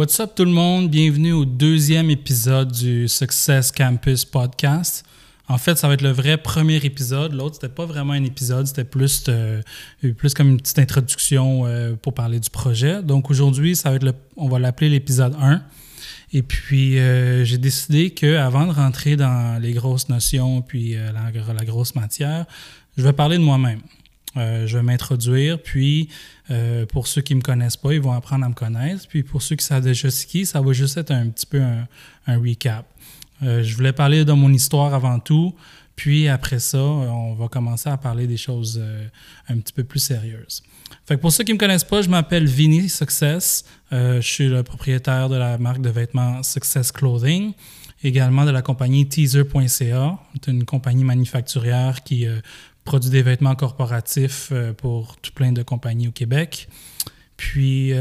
What's up tout le monde? Bienvenue au deuxième épisode du Success Campus Podcast. En fait, ça va être le vrai premier épisode. L'autre, c'était pas vraiment un épisode, c'était plus comme une petite introduction pour parler du projet. Donc aujourd'hui, ça va être on va l'appeler l'épisode 1. Et puis, j'ai décidé qu'avant de rentrer dans les grosses notions puis la grosse matière, je vais parler de moi-même. Je vais m'introduire, puis pour ceux qui ne me connaissent pas, ils vont apprendre à me connaître. Puis pour ceux qui savent déjà c'est qui, ça va juste être un petit peu un recap. Je voulais parler de mon histoire avant tout, puis après ça, on va commencer à parler des choses un petit peu plus sérieuses. Fait que pour ceux qui ne me connaissent pas, je m'appelle Vinny Success. Je suis le propriétaire de la marque de vêtements Success Clothing, également de la compagnie Teaser.ca. C'est une compagnie manufacturière qui produit des vêtements corporatifs pour tout plein de compagnies au Québec. Puis,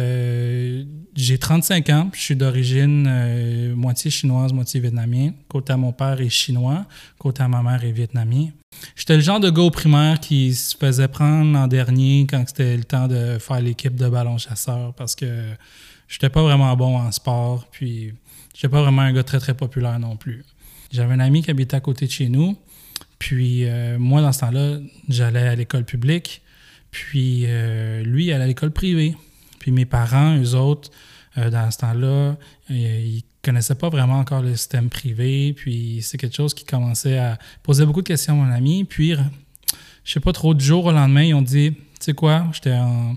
j'ai 35 ans, je suis d'origine moitié chinoise, moitié vietnamien. Côté à mon père est chinois, côté à ma mère est vietnamien. J'étais le genre de gars au primaire qui se faisait prendre en dernier quand c'était le temps de faire l'équipe de ballon chasseur parce que j'étais pas vraiment bon en sport, puis j'étais pas vraiment un gars très, très populaire non plus. J'avais un ami qui habitait à côté de chez nous, puis moi, dans ce temps-là, j'allais à l'école publique, puis lui, il allait à l'école privée. Puis mes parents, eux autres, dans ce temps-là, ils connaissaient pas vraiment encore le système privé. Puis c'est quelque chose qui commençait à poser beaucoup de questions à mon ami. Puis, je sais pas trop, du jour au lendemain, ils ont dit, tu sais quoi, j'étais en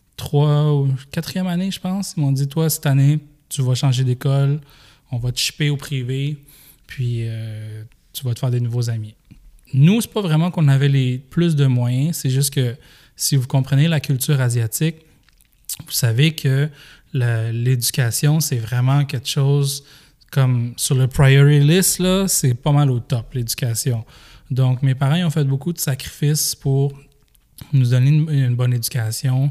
3 ou 4e année, je pense. Ils m'ont dit, toi, cette année, tu vas changer d'école, on va te shipper au privé, puis tu vas te faire des nouveaux amis. Nous, c'est pas vraiment qu'on avait les plus de moyens, c'est juste que si vous comprenez la culture asiatique, vous savez que l'éducation, c'est vraiment quelque chose comme sur le priority list, là, c'est pas mal au top, l'éducation. Donc, mes parents ils ont fait beaucoup de sacrifices pour nous donner une bonne éducation.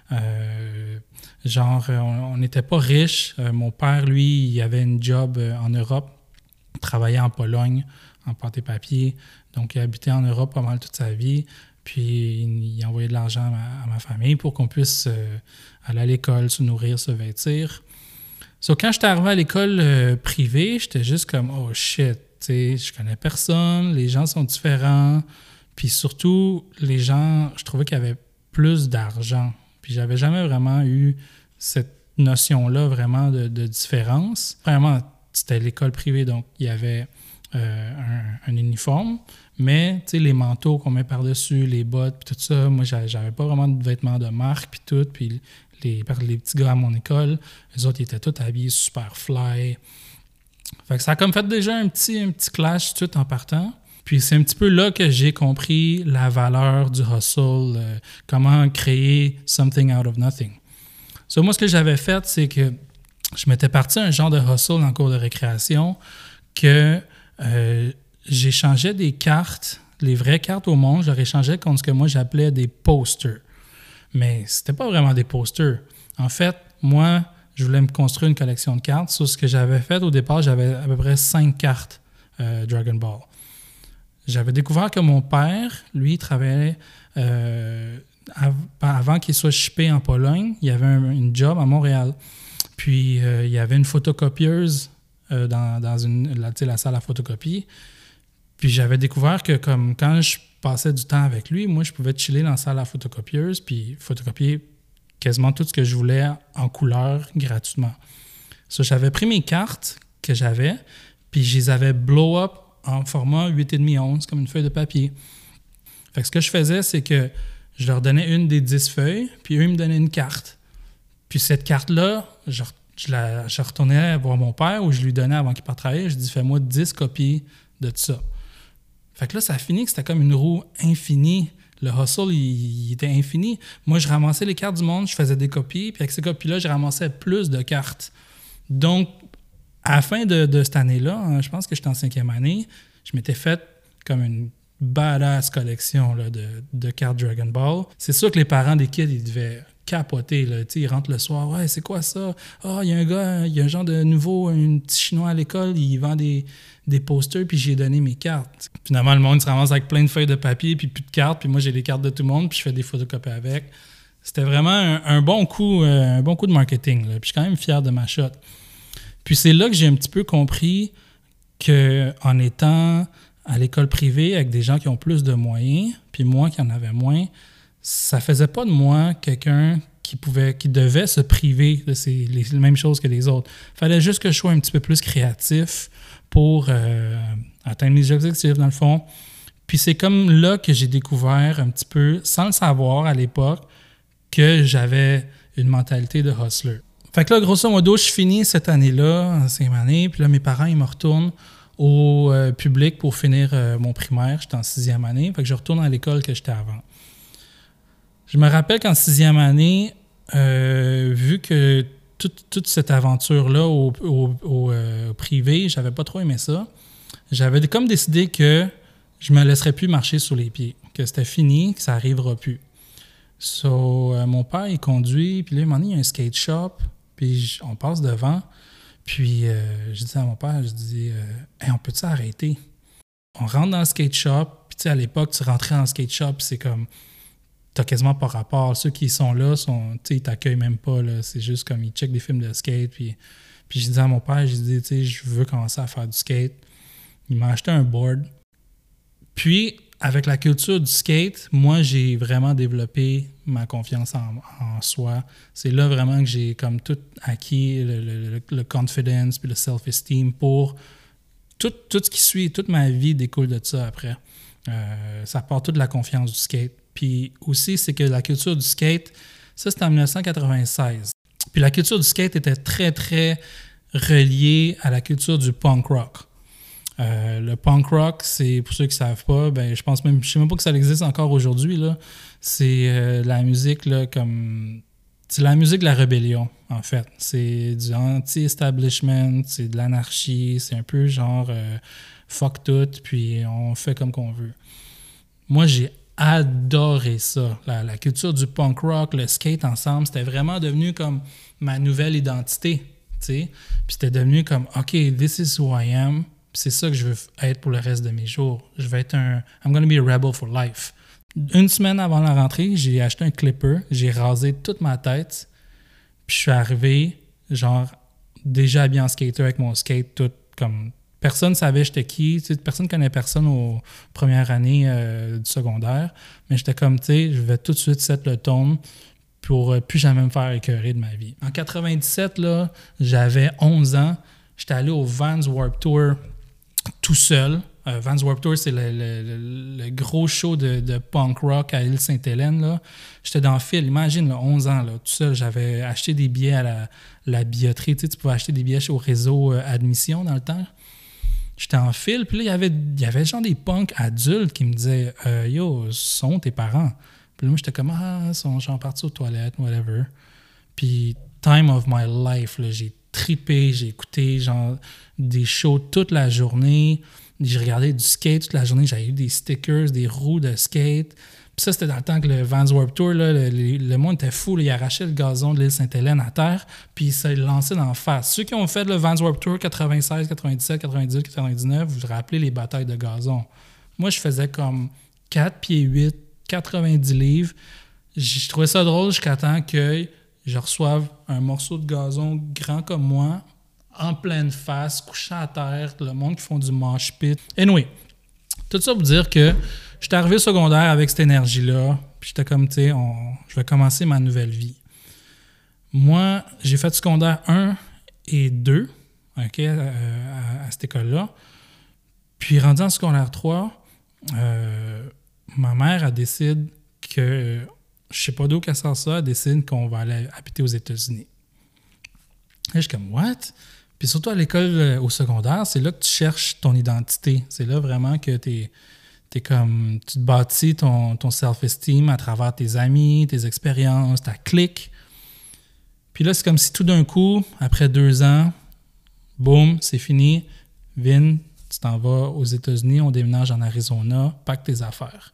On n'était pas riches. Mon père, lui, il avait une job en Europe, il travaillait en Pologne, en pâte et papier. Donc, il habitait en Europe pas mal toute sa vie. Puis, il envoyait de l'argent à ma famille pour qu'on puisse aller à l'école, se nourrir, se vêtir. Quand j'étais arrivé à l'école privée, j'étais juste comme « Oh shit, je connais personne, les gens sont différents. » Puis surtout, les gens, je trouvais qu'il y avait plus d'argent. Puis, j'avais jamais vraiment eu cette notion-là vraiment de différence. Vraiment, c'était l'école privée, donc il y avait un uniforme. Mais, tu sais, les manteaux qu'on met par-dessus, les bottes, puis tout ça, moi, j'avais pas vraiment de vêtements de marque, puis tout. Puis les petits gars à mon école, eux autres, ils étaient tous habillés super fly. Fait que ça a comme fait déjà un petit clash tout en partant. Puis c'est un petit peu là que j'ai compris la valeur du hustle, comment créer something out of nothing. Moi, ce que j'avais fait, c'est que je m'étais parti un genre de hustle en cours de récréation que j'échangeais des cartes, les vraies cartes au monde, je les échangeais contre ce que moi j'appelais des posters. Mais c'était pas vraiment des posters. En fait, moi, je voulais me construire une collection de cartes. Sur ce que j'avais fait au départ, j'avais à peu près 5 cartes Dragon Ball. J'avais découvert que mon père, lui, travaillait avant qu'il soit shippé en Pologne, il y avait une job à Montréal. Puis, il y avait une photocopieuse dans la salle à photocopie. Puis j'avais découvert que comme quand je passais du temps avec lui, moi, je pouvais chiller dans la salle à photocopieuse puis photocopier quasiment tout ce que je voulais en couleur gratuitement. J'avais pris mes cartes que j'avais, puis je les avais blow up en format 8,5-11, comme une feuille de papier. Fait que ce que je faisais, c'est que je leur donnais une des 10 feuilles, puis eux, ils me donnaient une carte. Puis cette carte-là, je retournais voir mon père ou je lui donnais avant qu'il parte travailler. Je dis, fais-moi 10 copies de tout ça. Fait que là, ça a fini que c'était comme une roue infinie. Le hustle, il était infini. Moi, je ramassais les cartes du monde, je faisais des copies, puis avec ces copies-là, je ramassais plus de cartes. Donc, à la fin de cette année-là, je pense que j'étais en 5e année, je m'étais fait comme une badass collection là, de cartes Dragon Ball. C'est sûr que les parents des kids, ils devaient capoter. Là. Ils rentrent le soir, « Ouais, c'est quoi ça? Ah, il y a un gars, il y a un genre de nouveau, un petit Chinois à l'école, il vend des posters, puis j'ai donné mes cartes. » Finalement, le monde se ramasse avec plein de feuilles de papier, puis plus de cartes, puis moi, j'ai les cartes de tout le monde, puis je fais des photocopies avec. C'était vraiment un bon coup de marketing. Là. Puis je suis quand même fier de ma shot. Puis c'est là que j'ai un petit peu compris qu'en étant à l'école privée avec des gens qui ont plus de moyens, puis moi qui en avais moins, ça faisait pas de moi quelqu'un qui devait se priver de les mêmes choses que les autres. Il fallait juste que je sois un petit peu plus créatif pour atteindre mes objectifs, dans le fond. Puis c'est comme là que j'ai découvert un petit peu, sans le savoir à l'époque, que j'avais une mentalité de hustler. Fait que là, grosso modo, je finis cette année-là, en 5e année, puis là, mes parents, ils me retournent au public pour finir mon primaire. J'étais en 6e année, fait que je retourne à l'école que j'étais avant. Je me rappelle qu'en 6e année, vu que toute cette aventure-là au privé, j'avais pas trop aimé ça, j'avais comme décidé que je me laisserais plus marcher sur les pieds, que c'était fini, que ça n'arrivera plus. Mon père, il conduit, puis là, un moment donné, il y a un skate shop, puis on passe devant, puis je dis à mon père, je dis « Hey, on peut-tu arrêter? » On rentre dans le skate shop, puis tu sais, à l'époque, tu rentrais dans le skate shop, c'est comme, t'as quasiment pas rapport. Ceux qui sont là, ils t'accueillent même pas, là. C'est juste comme, ils checkent des films de skate, puis je dis à mon père, je dis, tu sais, je veux commencer à faire du skate. Il m'a acheté un board. Puis, avec la culture du skate, moi, j'ai vraiment développé ma confiance en soi. C'est là vraiment que j'ai comme tout acquis, le confidence puis le self-esteem pour tout ce qui suit. Toute ma vie découle de ça après. Ça part toute de la confiance du skate. Puis aussi, c'est que la culture du skate, ça, c'était en 1996. Puis la culture du skate était très, très reliée à la culture du punk rock. Le punk rock, c'est, pour ceux qui ne savent pas, je sais même pas que ça existe encore aujourd'hui, là. C'est la musique, là, comme... C'est la musique de la rébellion, en fait. C'est du anti-establishment, c'est de l'anarchie, c'est un peu genre fuck tout, puis on fait comme qu'on veut. Moi, j'ai adoré ça. La culture du punk rock, le skate ensemble, c'était vraiment devenu comme ma nouvelle identité, tu sais. Puis c'était devenu comme, OK, this is who I am. C'est ça que je veux être pour le reste de mes jours. Je vais être I'm gonna be a rebel for life. Une semaine avant la rentrée, j'ai acheté un clipper, j'ai rasé toute ma tête, puis je suis arrivé, genre, déjà habillé en skater avec mon skate, tout comme... Personne ne savait j'étais qui, personne ne connaît personne aux premières années du secondaire, mais j'étais comme, tu sais, je vais tout de suite set le ton pour plus jamais me faire écœurer de ma vie. En 97, là, j'avais 11 ans, j'étais allé au Vans Warped Tour tout seul. Vans Warped Tour, c'est le gros show de punk rock à Île-Sainte-Hélène. Là. J'étais dans le fil, imagine, là, 11 ans, là, tout seul. J'avais acheté des billets à la billetterie. Tu pouvais acheter des billets au réseau Admission dans le temps. J'étais en fil, puis là, il y avait genre des punks adultes qui me disaient « Yo, sont tes parents? » Puis là, moi, j'étais comme « Ah, ils sont genre partis aux toilettes, whatever. » Puis time of my life, là, j'ai trippé, j'ai écouté genre des shows toute la journée. J'ai regardé du skate toute la journée. J'avais eu des stickers, des roues de skate. Puis ça, c'était dans le temps que le Vans Warped Tour, là, le monde était fou. Là, il arrachait le gazon de l'île Sainte-Hélène à terre, puis il se lançait d'en face. Ceux qui ont fait le Vans Warped Tour 96, 97, 98, 99, vous vous rappelez les batailles de gazon. Moi, je faisais comme 4 pieds 8, 90 livres. Je trouvais ça drôle jusqu'à temps que je reçoive un morceau de gazon grand comme moi, en pleine face, couché à terre, le monde qui font du mosh pit. Anyway, tout ça pour dire que j'étais arrivé au secondaire avec cette énergie-là, puis j'étais comme, tu sais, je vais commencer ma nouvelle vie. Moi, j'ai fait secondaire 1 et 2, OK, à cette école-là. Puis, rendu en secondaire 3, ma mère, elle décide que, je sais pas d'où qu'elle sort ça, elle décide qu'on va aller habiter aux États-Unis. Et je suis comme, what? Puis surtout à l'école, au secondaire, c'est là que tu cherches ton identité. C'est là vraiment que t'es comme, tu te bâtis ton self-esteem à travers tes amis, tes expériences, ta clique. Puis là, c'est comme si tout d'un coup, après 2 ans, boum, c'est fini. Vin, tu t'en vas aux États-Unis, on déménage en Arizona, pack tes affaires.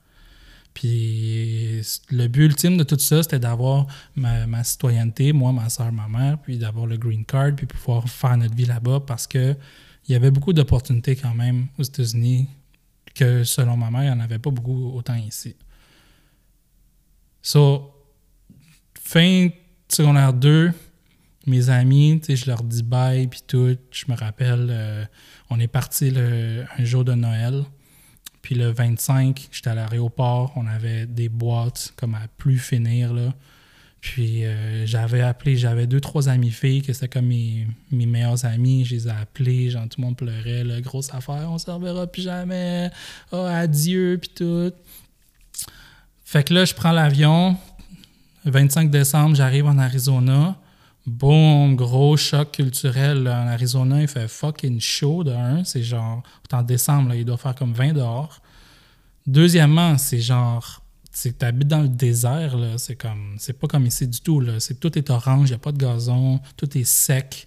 Puis le but ultime de tout ça, c'était d'avoir ma citoyenneté, moi, ma soeur, ma mère, puis d'avoir le green card, puis pouvoir faire notre vie là-bas parce qu'il y avait beaucoup d'opportunités quand même aux États-Unis que, selon ma mère, il n'y en avait pas beaucoup autant ici. So, fin secondaire 2, mes amis, je leur dis bye, puis tout. Je me rappelle, on est parti un jour de Noël. Puis le 25, j'étais à l'aéroport. On avait des boîtes comme à plus finir, là. Puis j'avais 2-3 amies filles que c'était comme mes meilleures amies. Je les ai appelées, genre tout le monde pleurait, là, grosse affaire, on se reverra plus jamais. Oh, adieu, puis tout. Fait que là, je prends l'avion. Le 25 décembre, j'arrive en Arizona. Boum, gros choc culturel. Là. En Arizona, il fait fucking chaud de un. C'est genre, en décembre, là, il doit faire comme 20 dehors. Deuxièmement, c'est genre, c'est que t'habites dans le désert, là. C'est pas comme ici du tout, là. Tout est orange, il n'y a pas de gazon, tout est sec.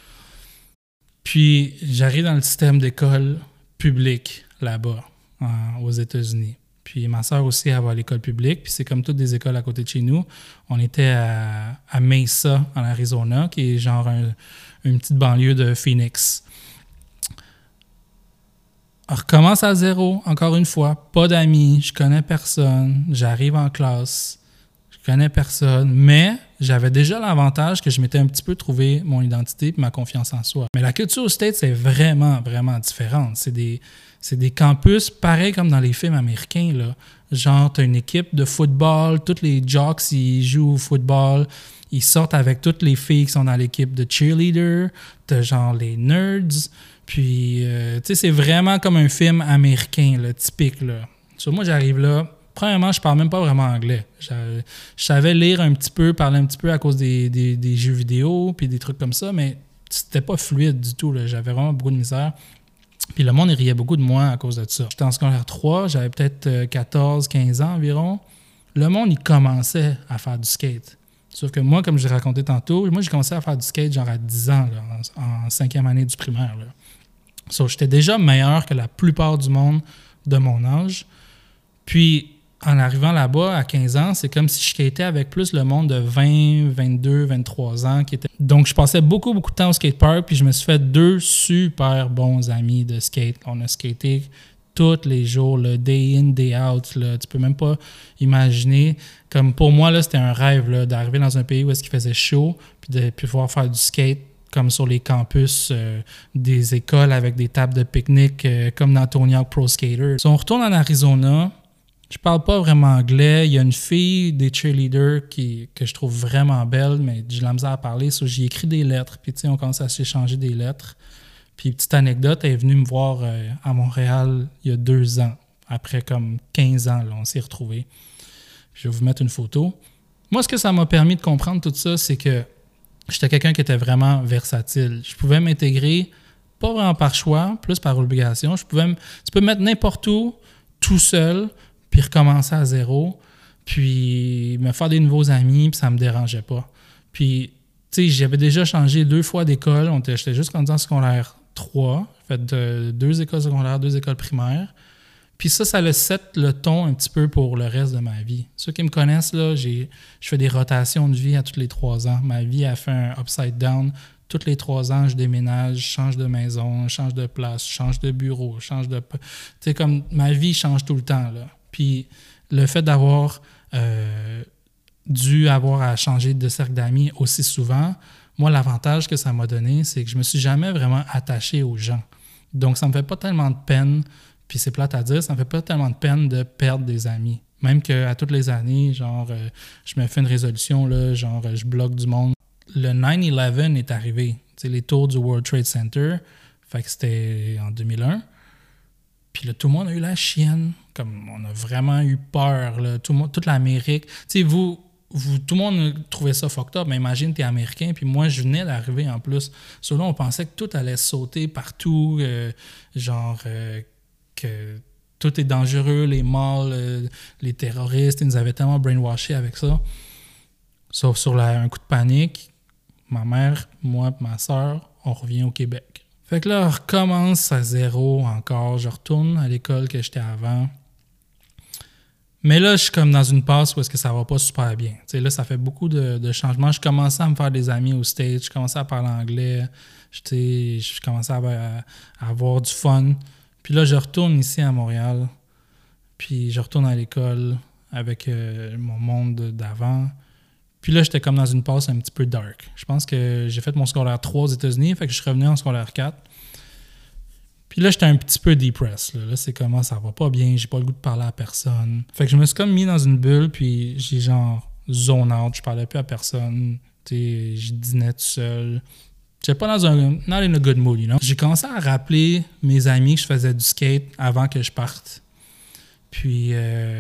Puis, j'arrive dans le système d'école publique, là-bas, aux États-Unis. Puis ma soeur aussi, elle va à l'école publique. Puis c'est comme toutes des écoles à côté de chez nous. On était à Mesa, en Arizona, qui est genre une petite banlieue de Phoenix. On recommence à zéro, encore une fois. Pas d'amis, je connais personne. J'arrive en classe, je connais personne. Mais j'avais déjà l'avantage que je m'étais un petit peu trouvé mon identité et ma confiance en soi. Mais la culture aux States, c'est vraiment, vraiment différente. C'est des campus pareils comme dans les films américains, là. Genre, t'as une équipe de football, tous les jocks, ils jouent au football, ils sortent avec toutes les filles qui sont dans l'équipe de cheerleader, t'as genre les nerds, puis, tu sais, c'est vraiment comme un film américain, là, typique, là. Sur moi, j'arrive là, premièrement, je parle même pas vraiment anglais. Je savais lire un petit peu, parler un petit peu à cause des jeux vidéo, puis des trucs comme ça, mais c'était pas fluide du tout, là. J'avais vraiment beaucoup de misère. Puis le monde, il riait beaucoup de moi à cause de ça. J'étais en secondaire 3, j'avais peut-être 14, 15 ans environ. Le monde, il commençait à faire du skate. Sauf que moi, comme je l'ai raconté tantôt, moi, j'ai commencé à faire du skate genre à 10 ans, là, en 5e année du primaire, là. J'étais déjà meilleur que la plupart du monde de mon âge. Puis, en arrivant là-bas à 15 ans, c'est comme si je skatais avec plus le monde de 20, 22, 23 ans. Donc, je passais beaucoup, beaucoup de temps au skatepark, puis je me suis fait 2 super bons amis de skate. On a skaté tous les jours, le day in, day out. Là. Tu peux même pas imaginer. Comme pour moi, là, c'était un rêve là, d'arriver dans un pays où est-ce qu'il faisait chaud, puis de pouvoir faire du skate comme sur les campus des écoles avec des tables de pique-nique comme dans Tony Hawk Pro Skater. Si on retourne en Arizona, je parle pas vraiment anglais. Il y a une fille des cheerleaders que je trouve vraiment belle, mais j'ai de la misère à parler. J'y écrit des lettres, puis tu sais, on commence à s'échanger des lettres. Puis petite anecdote, elle est venue me voir à Montréal il y a 2 ans. Après comme 15 ans, là, on s'est retrouvés. Je vais vous mettre une photo. Moi, ce que ça m'a permis de comprendre tout ça, c'est que j'étais quelqu'un qui était vraiment versatile. Je pouvais m'intégrer, pas vraiment par choix, plus par obligation. Tu peux me mettre n'importe où, tout seul, puis recommencer à zéro, puis me faire des nouveaux amis, puis ça me dérangeait pas. Puis, tu sais, j'avais déjà changé 2 fois d'école. J'étais juste en secondaire 3. J'ai fait 2 écoles secondaires, 2 écoles primaires. Puis ça le set le ton un petit peu pour le reste de ma vie. Ceux qui me connaissent, là, je fais des rotations de vie à tous les 3 ans. Ma vie a fait un upside down. Tous les 3 ans, je déménage, je change de maison, je change de place, je change de bureau, je change de... Tu sais, comme ma vie change tout le temps, là. Puis le fait d'avoir dû avoir à changer de cercle d'amis aussi souvent, moi, l'avantage que ça m'a donné, c'est que je me suis jamais vraiment attaché aux gens. Donc, ça me fait pas tellement de peine, puis c'est plate à dire, ça me fait pas tellement de peine de perdre des amis. Même qu'à toutes les années, genre, je me fais une résolution, là, genre, je bloque du monde. Le 9/11 est arrivé, tu sais, les tours du World Trade Center, fait que c'était en 2001. Puis là, tout le monde a eu la chienne. Comme on a vraiment eu peur. Là. Toute l'Amérique. Tu sais, tout le monde trouvait ça fucked up. Mais imagine, t'es Américain. Puis moi, je venais d'arriver en plus. Sur là, on pensait que tout allait sauter partout. Que tout est dangereux. Les malls, les terroristes. Ils nous avaient tellement brainwashés avec ça. Sauf sur un coup de panique, ma mère, moi et ma soeur, on revient au Québec. Fait que là, on recommence à zéro encore. Je retourne à l'école que j'étais avant. Mais là, je suis comme dans une passe où est-ce que ça va pas super bien. Tu sais, là, ça fait beaucoup de changements. Je commençais à me faire des amis au stage. Je commençais à parler anglais. Je commençais à avoir du fun. Puis là, je retourne ici à Montréal. Puis je retourne à l'école avec mon monde d'avant. Puis là, j'étais comme dans une passe un petit peu dark. Je pense que j'ai fait mon secondaire 3 aux États-Unis, fait que je suis revenu en secondaire 4. Puis là, j'étais un petit peu depressed. Là, c'est comment ça va pas bien, j'ai pas le goût de parler à personne. Fait que je me suis comme mis dans une bulle, puis j'ai genre zone out, je parlais plus à personne. Je dînais tout seul. J'étais pas dans un... not in a good mood, you know? J'ai commencé à rappeler mes amis que je faisais du skate avant que je parte. Puis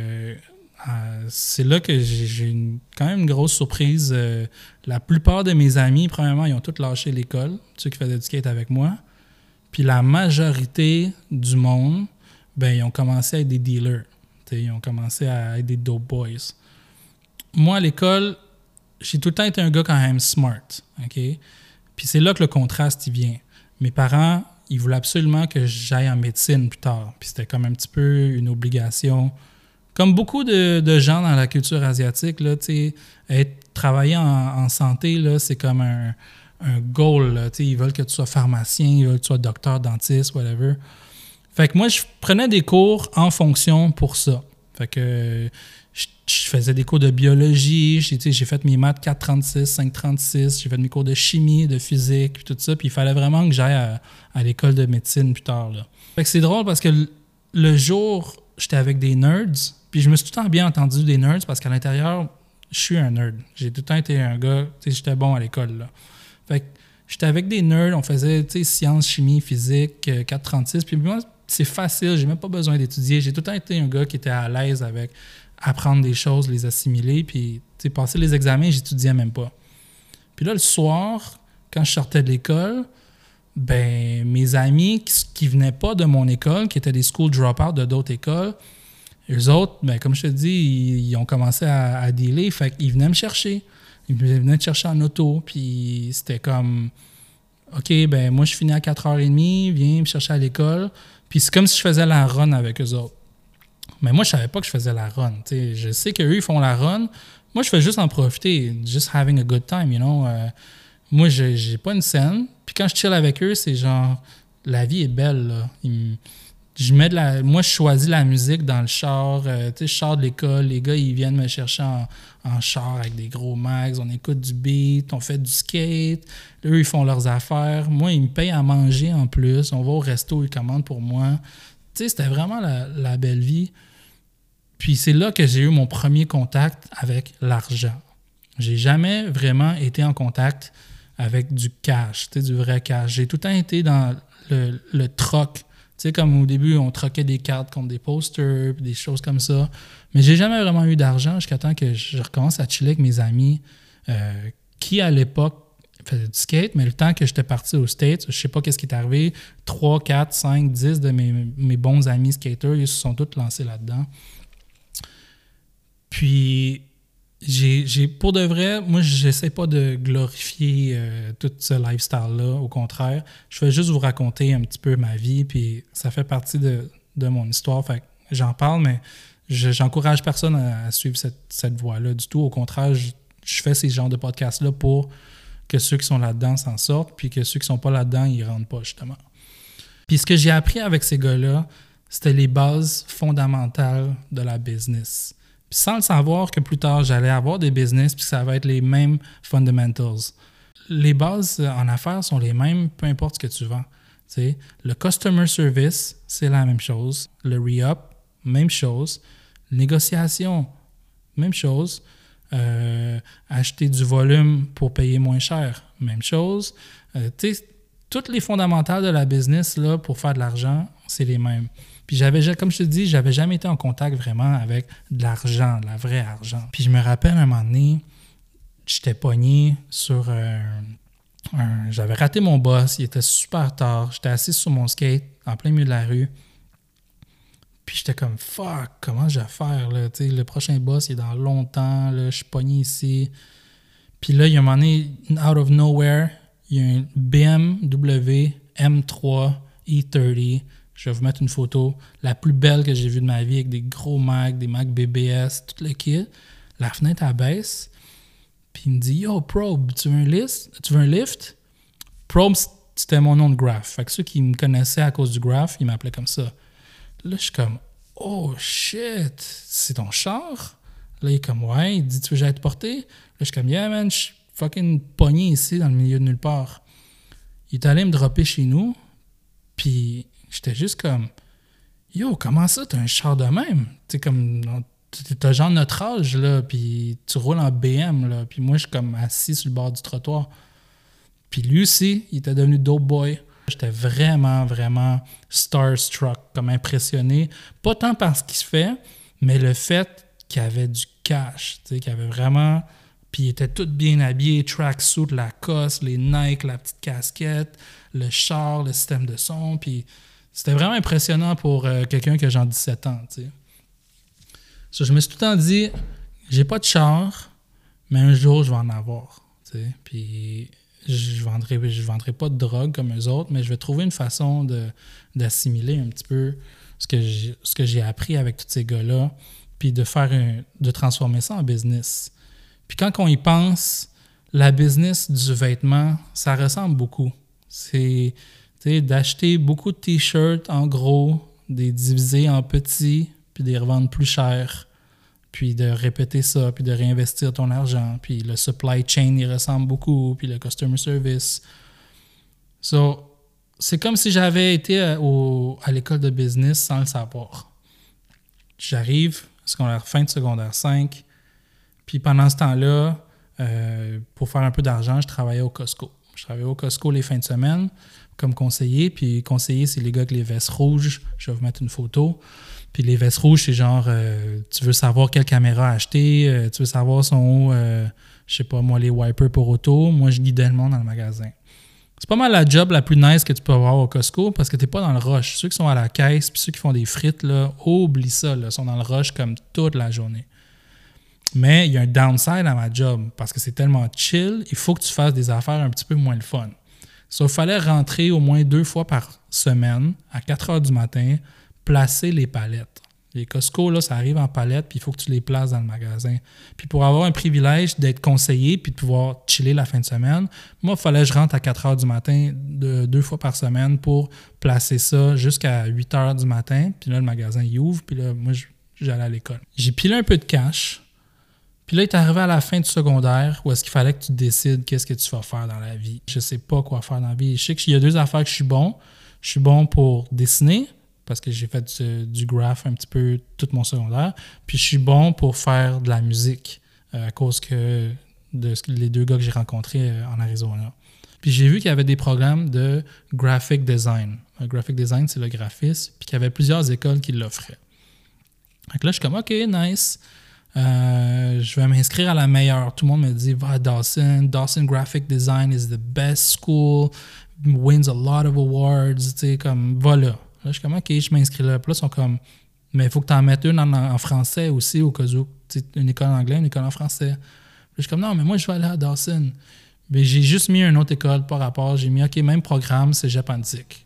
c'est là que j'ai quand même une grosse surprise. La plupart de mes amis, premièrement, ils ont tous lâché l'école, ceux qui faisaient du skate avec moi. Puis la majorité du monde, ben ils ont commencé à être des dealers. Ils ont commencé à être des dope boys. Moi, à l'école, j'ai tout le temps été un gars quand même smart. OK? Puis c'est là que le contraste il vient. Mes parents, ils voulaient absolument que j'aille en médecine plus tard. Puis c'était comme un petit peu une obligation. Comme beaucoup de gens dans la culture asiatique, là, travailler en santé, là, c'est comme un goal. Là, ils veulent que tu sois pharmacien, ils veulent que tu sois docteur, dentiste, whatever. Fait que moi, je prenais des cours en fonction pour ça. Fait que je faisais des cours de biologie, j'ai fait mes maths 436, 536, j'ai fait mes cours de chimie, de physique, puis tout ça. Puis il fallait vraiment que j'aille à l'école de médecine plus tard. Là. Fait que c'est drôle parce que le jour, j'étais avec des nerds, puis je me suis tout le temps bien entendu des nerds parce qu'à l'intérieur, je suis un nerd. J'ai tout le temps été un gars, j'étais bon à l'école. Là. Fait que j'étais avec des nerds, on faisait sciences, chimie, physique, 436. Puis moi, c'est facile, j'ai même pas besoin d'étudier. J'ai tout le temps été un gars qui était à l'aise avec apprendre des choses, les assimiler. Puis passer les examens, j'étudiais même pas. Puis là, le soir, quand je sortais de l'école, ben mes amis qui venaient pas de mon école, qui étaient des school dropouts de d'autres écoles, eux autres, ben, comme je te dis, ils ont commencé à dealer. Fait qu'ils venaient me chercher. Ils venaient me chercher en auto. Puis c'était comme, OK, ben moi, je finis à 4h30, viens me chercher à l'école. Puis c'est comme si je faisais la run avec eux autres. Mais moi, je savais pas que je faisais la run. T'sais, je sais qu'eux, ils font la run. Moi, je fais juste en profiter. Just having a good time, you know. Moi, j'ai pas une scène. Puis quand je chill avec eux, c'est genre, la vie est belle, là. Moi, je choisis la musique dans le char. Je sors de l'école. Les gars, ils viennent me chercher en char avec des gros mags. On écoute du beat, on fait du skate. Eux, ils font leurs affaires. Moi, ils me payent à manger en plus. On va au resto, ils commandent pour moi. C'était vraiment la belle vie. Puis c'est là que j'ai eu mon premier contact avec l'argent. J'ai jamais vraiment été en contact avec du cash, du vrai cash. J'ai tout le temps été dans le troc. Comme au début, on troquait des cartes contre des posters, des choses comme ça. Mais j'ai jamais vraiment eu d'argent jusqu'à temps que je recommence à chiller avec mes amis qui, à l'époque, faisaient du skate. Mais le temps que j'étais parti aux States, je sais pas qu'est-ce qui est arrivé. 3, 4, 5, 10 de mes bons amis skaters, ils se sont tous lancés là-dedans. Puis, pour de vrai, moi, j'essaie pas de glorifier tout ce lifestyle-là. Au contraire, je vais juste vous raconter un petit peu ma vie, puis ça fait partie de mon histoire. Fait que j'en parle, mais j'encourage personne à suivre cette voie-là du tout. Au contraire, je fais ces genres de podcasts-là pour que ceux qui sont là-dedans s'en sortent, puis que ceux qui sont pas là-dedans, ils rentrent pas, justement. Puis ce que j'ai appris avec ces gars-là, c'était les bases fondamentales de la business. Puis sans le savoir que plus tard, j'allais avoir des business puis que ça va être les mêmes fundamentals. Les bases en affaires sont les mêmes, peu importe ce que tu vends. T'sais, le customer service, c'est la même chose. Le re-up, même chose. Négociation, même chose. Acheter du volume pour payer moins cher, même chose. Toutes les fondamentales de la business là, pour faire de l'argent, c'est les mêmes. Puis comme je te dis, j'avais jamais été en contact vraiment avec de l'argent, de la vraie argent. Puis je me rappelle un moment donné, j'étais pogné sur j'avais raté mon boss, il était super tard, j'étais assis sur mon skate en plein milieu de la rue. Puis j'étais comme, fuck, comment je vais faire, là? T'sais, le prochain boss, il est dans longtemps, là, je suis pogné ici. Puis là, il y a un moment donné, out of nowhere, il y a un BMW M3 E30. Je vais vous mettre une photo, la plus belle que j'ai vue de ma vie, avec des gros Macs, des Macs BBS, tout le kit. La fenêtre, elle baisse. Puis il me dit, yo, Probe, tu veux un lift? Probe, c'était mon nom de graph. Fait que ceux qui me connaissaient à cause du graph, ils m'appelaient comme ça. Là, je suis comme, oh shit, c'est ton char? Là, il est comme, ouais, il dit, tu veux que j'aille te porter? Là, je suis comme, yeah, man, je suis fucking pogné ici, dans le milieu de nulle part. Il est allé me dropper chez nous, puis j'étais juste comme, yo, comment ça, t'as un char de même? Tu sais, comme, t'as genre notre âge, là, puis tu roules en BM, là, puis moi, je suis comme assis sur le bord du trottoir. Puis lui aussi, il était devenu dope boy. J'étais vraiment, vraiment starstruck, comme impressionné. Pas tant par ce qu'il se fait, mais le fait qu'il avait du cash, tu sais, qu'il avait vraiment... Puis il était tout bien habillé, tracksuit, Lacoste, les Nike, la petite casquette, le char, le système de son, puis c'était vraiment impressionnant pour quelqu'un qui a genre 17 ans, tu sais. So, je me suis tout le temps dit, j'ai pas de char, mais un jour, je vais en avoir, tu sais. Puis je vendrai pas de drogue comme eux autres, mais je vais trouver une façon d'assimiler un petit peu ce que j'ai appris avec tous ces gars-là, puis de transformer ça en business. Puis quand on y pense, la business du vêtement, ça ressemble beaucoup. C'est d'acheter beaucoup de t-shirts en gros, des diviser en petits, puis de les revendre plus cher, puis de répéter ça, puis de réinvestir ton argent. Puis le supply chain, il ressemble beaucoup, puis le customer service. So, c'est comme si j'avais été à l'école de business sans le savoir. J'arrive, fin de secondaire 5, puis pendant ce temps-là, pour faire un peu d'argent, je travaillais au Costco. Je travaillais au Costco les fins de semaine comme conseiller. Puis conseiller, c'est les gars avec les vestes rouges. Je vais vous mettre une photo. Puis les vestes rouges, c'est genre, tu veux savoir quelle caméra acheter, tu veux savoir je sais pas moi, les wipers pour auto. Moi, je guidais le monde dans le magasin. C'est pas mal la job la plus nice que tu peux avoir au Costco parce que t'es pas dans le rush. Ceux qui sont à la caisse puis ceux qui font des frites, là, oublie ça, là, sont dans le rush comme toute la journée. Mais il y a un downside à ma job parce que c'est tellement chill, il faut que tu fasses des affaires un petit peu moins le fun. Il fallait rentrer au moins 2 fois par semaine à 4 heures du matin, placer les palettes. Les Costco, là, ça arrive en palettes, puis il faut que tu les places dans le magasin. Puis pour avoir un privilège d'être conseillé puis de pouvoir chiller la fin de semaine, moi, il fallait que je rentre à 4 heures du matin 2 fois par semaine pour placer ça jusqu'à 8 heures du matin. Puis là, le magasin, il ouvre, puis là, moi, j'allais à l'école. J'ai pilé un peu de cash. Puis là, il est arrivé à la fin du secondaire où est-ce qu'il fallait que tu décides qu'est-ce que tu vas faire dans la vie. Je sais pas quoi faire dans la vie. Je sais qu'il y a 2 affaires que je suis bon. Je suis bon pour dessiner parce que j'ai fait du graph un petit peu tout mon secondaire. Puis je suis bon pour faire de la musique à cause les 2 gars que j'ai rencontrés en Arizona. Puis j'ai vu qu'il y avait des programmes de graphic design. Le graphic design, c'est le graphisme. Puis qu'il y avait plusieurs écoles qui l'offraient. Donc là, je suis comme, OK, nice. Je vais m'inscrire à la meilleure. Tout le monde me dit, va à Dawson. Dawson Graphic Design is the best school. Wins a lot of awards. Tu sais, comme, va là. Là, je suis comme, OK, je m'inscris là. Puis là, ils sont comme, mais il faut que tu en mettes une en français aussi, au cas où. Tu sais, une école en anglais, une école en français. Puis là, je suis comme, non, mais moi, je vais aller à Dawson. Mais j'ai juste mis une autre école par rapport. J'ai mis, OK, même programme, c'est Cégep Antique.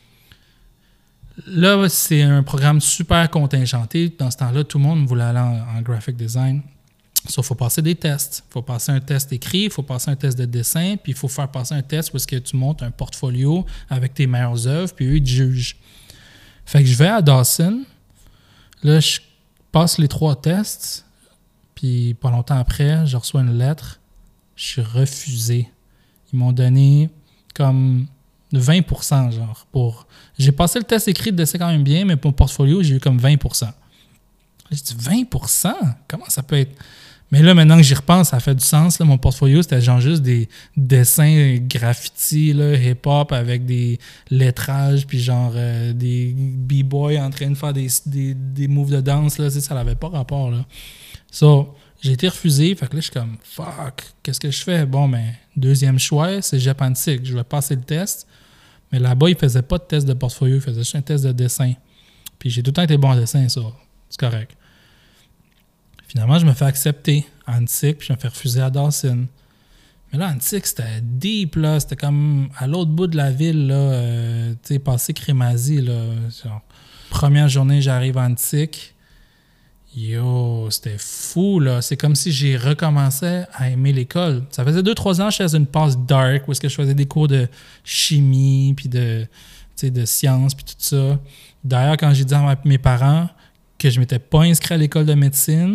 Là, c'est un programme super contingenté. Dans ce temps-là, tout le monde voulait aller en graphic design. Sauf qu'il faut passer des tests. Il faut passer un test écrit, il faut passer un test de dessin, puis il faut faire passer un test où est-ce que tu montes un portfolio avec tes meilleures œuvres, puis eux, ils te jugent. Fait que je vais à Dawson. Là, je passe les 3 tests, puis pas longtemps après, je reçois une lettre. Je suis refusé. Ils m'ont donné comme 20%, genre, pour... J'ai passé le test écrit de dessin quand même bien, mais pour mon portfolio, j'ai eu comme 20%. J'ai dit 20%? Comment ça peut être? Mais là, maintenant que j'y repense, ça fait du sens. Là, mon portfolio, c'était genre juste des dessins graffiti, là, hip-hop avec des lettrages, puis genre des b-boys en train de faire des moves de danse. Là, ça n'avait pas rapport. Là. So, j'ai été refusé. Fait que là, je suis comme, fuck, qu'est-ce que je fais? Bon, ben, 2e choix, c'est Cégep Antique. Je vais passer le test. Mais là-bas, ils ne faisaient pas de test de portfolio. Ils faisaient juste un test de dessin. Puis j'ai tout le temps été bon en dessin, ça. C'est correct. Finalement, je me fais accepter à Antique, puis je me fais refuser à Dawson. Mais là, Antique, c'était deep, là. C'était comme à l'autre bout de la ville, là. Tu sais, passé Crémazie, là. Genre, première journée, j'arrive à Antique. Yo, c'était fou, là. C'est comme si j'ai recommencé à aimer l'école. Ça faisait 2-3 ans que je faisais une passe dark où est-ce que je faisais des cours de chimie, puis de sciences, puis tout ça. D'ailleurs, quand j'ai dit à mes parents que je ne m'étais pas inscrit à l'école de médecine,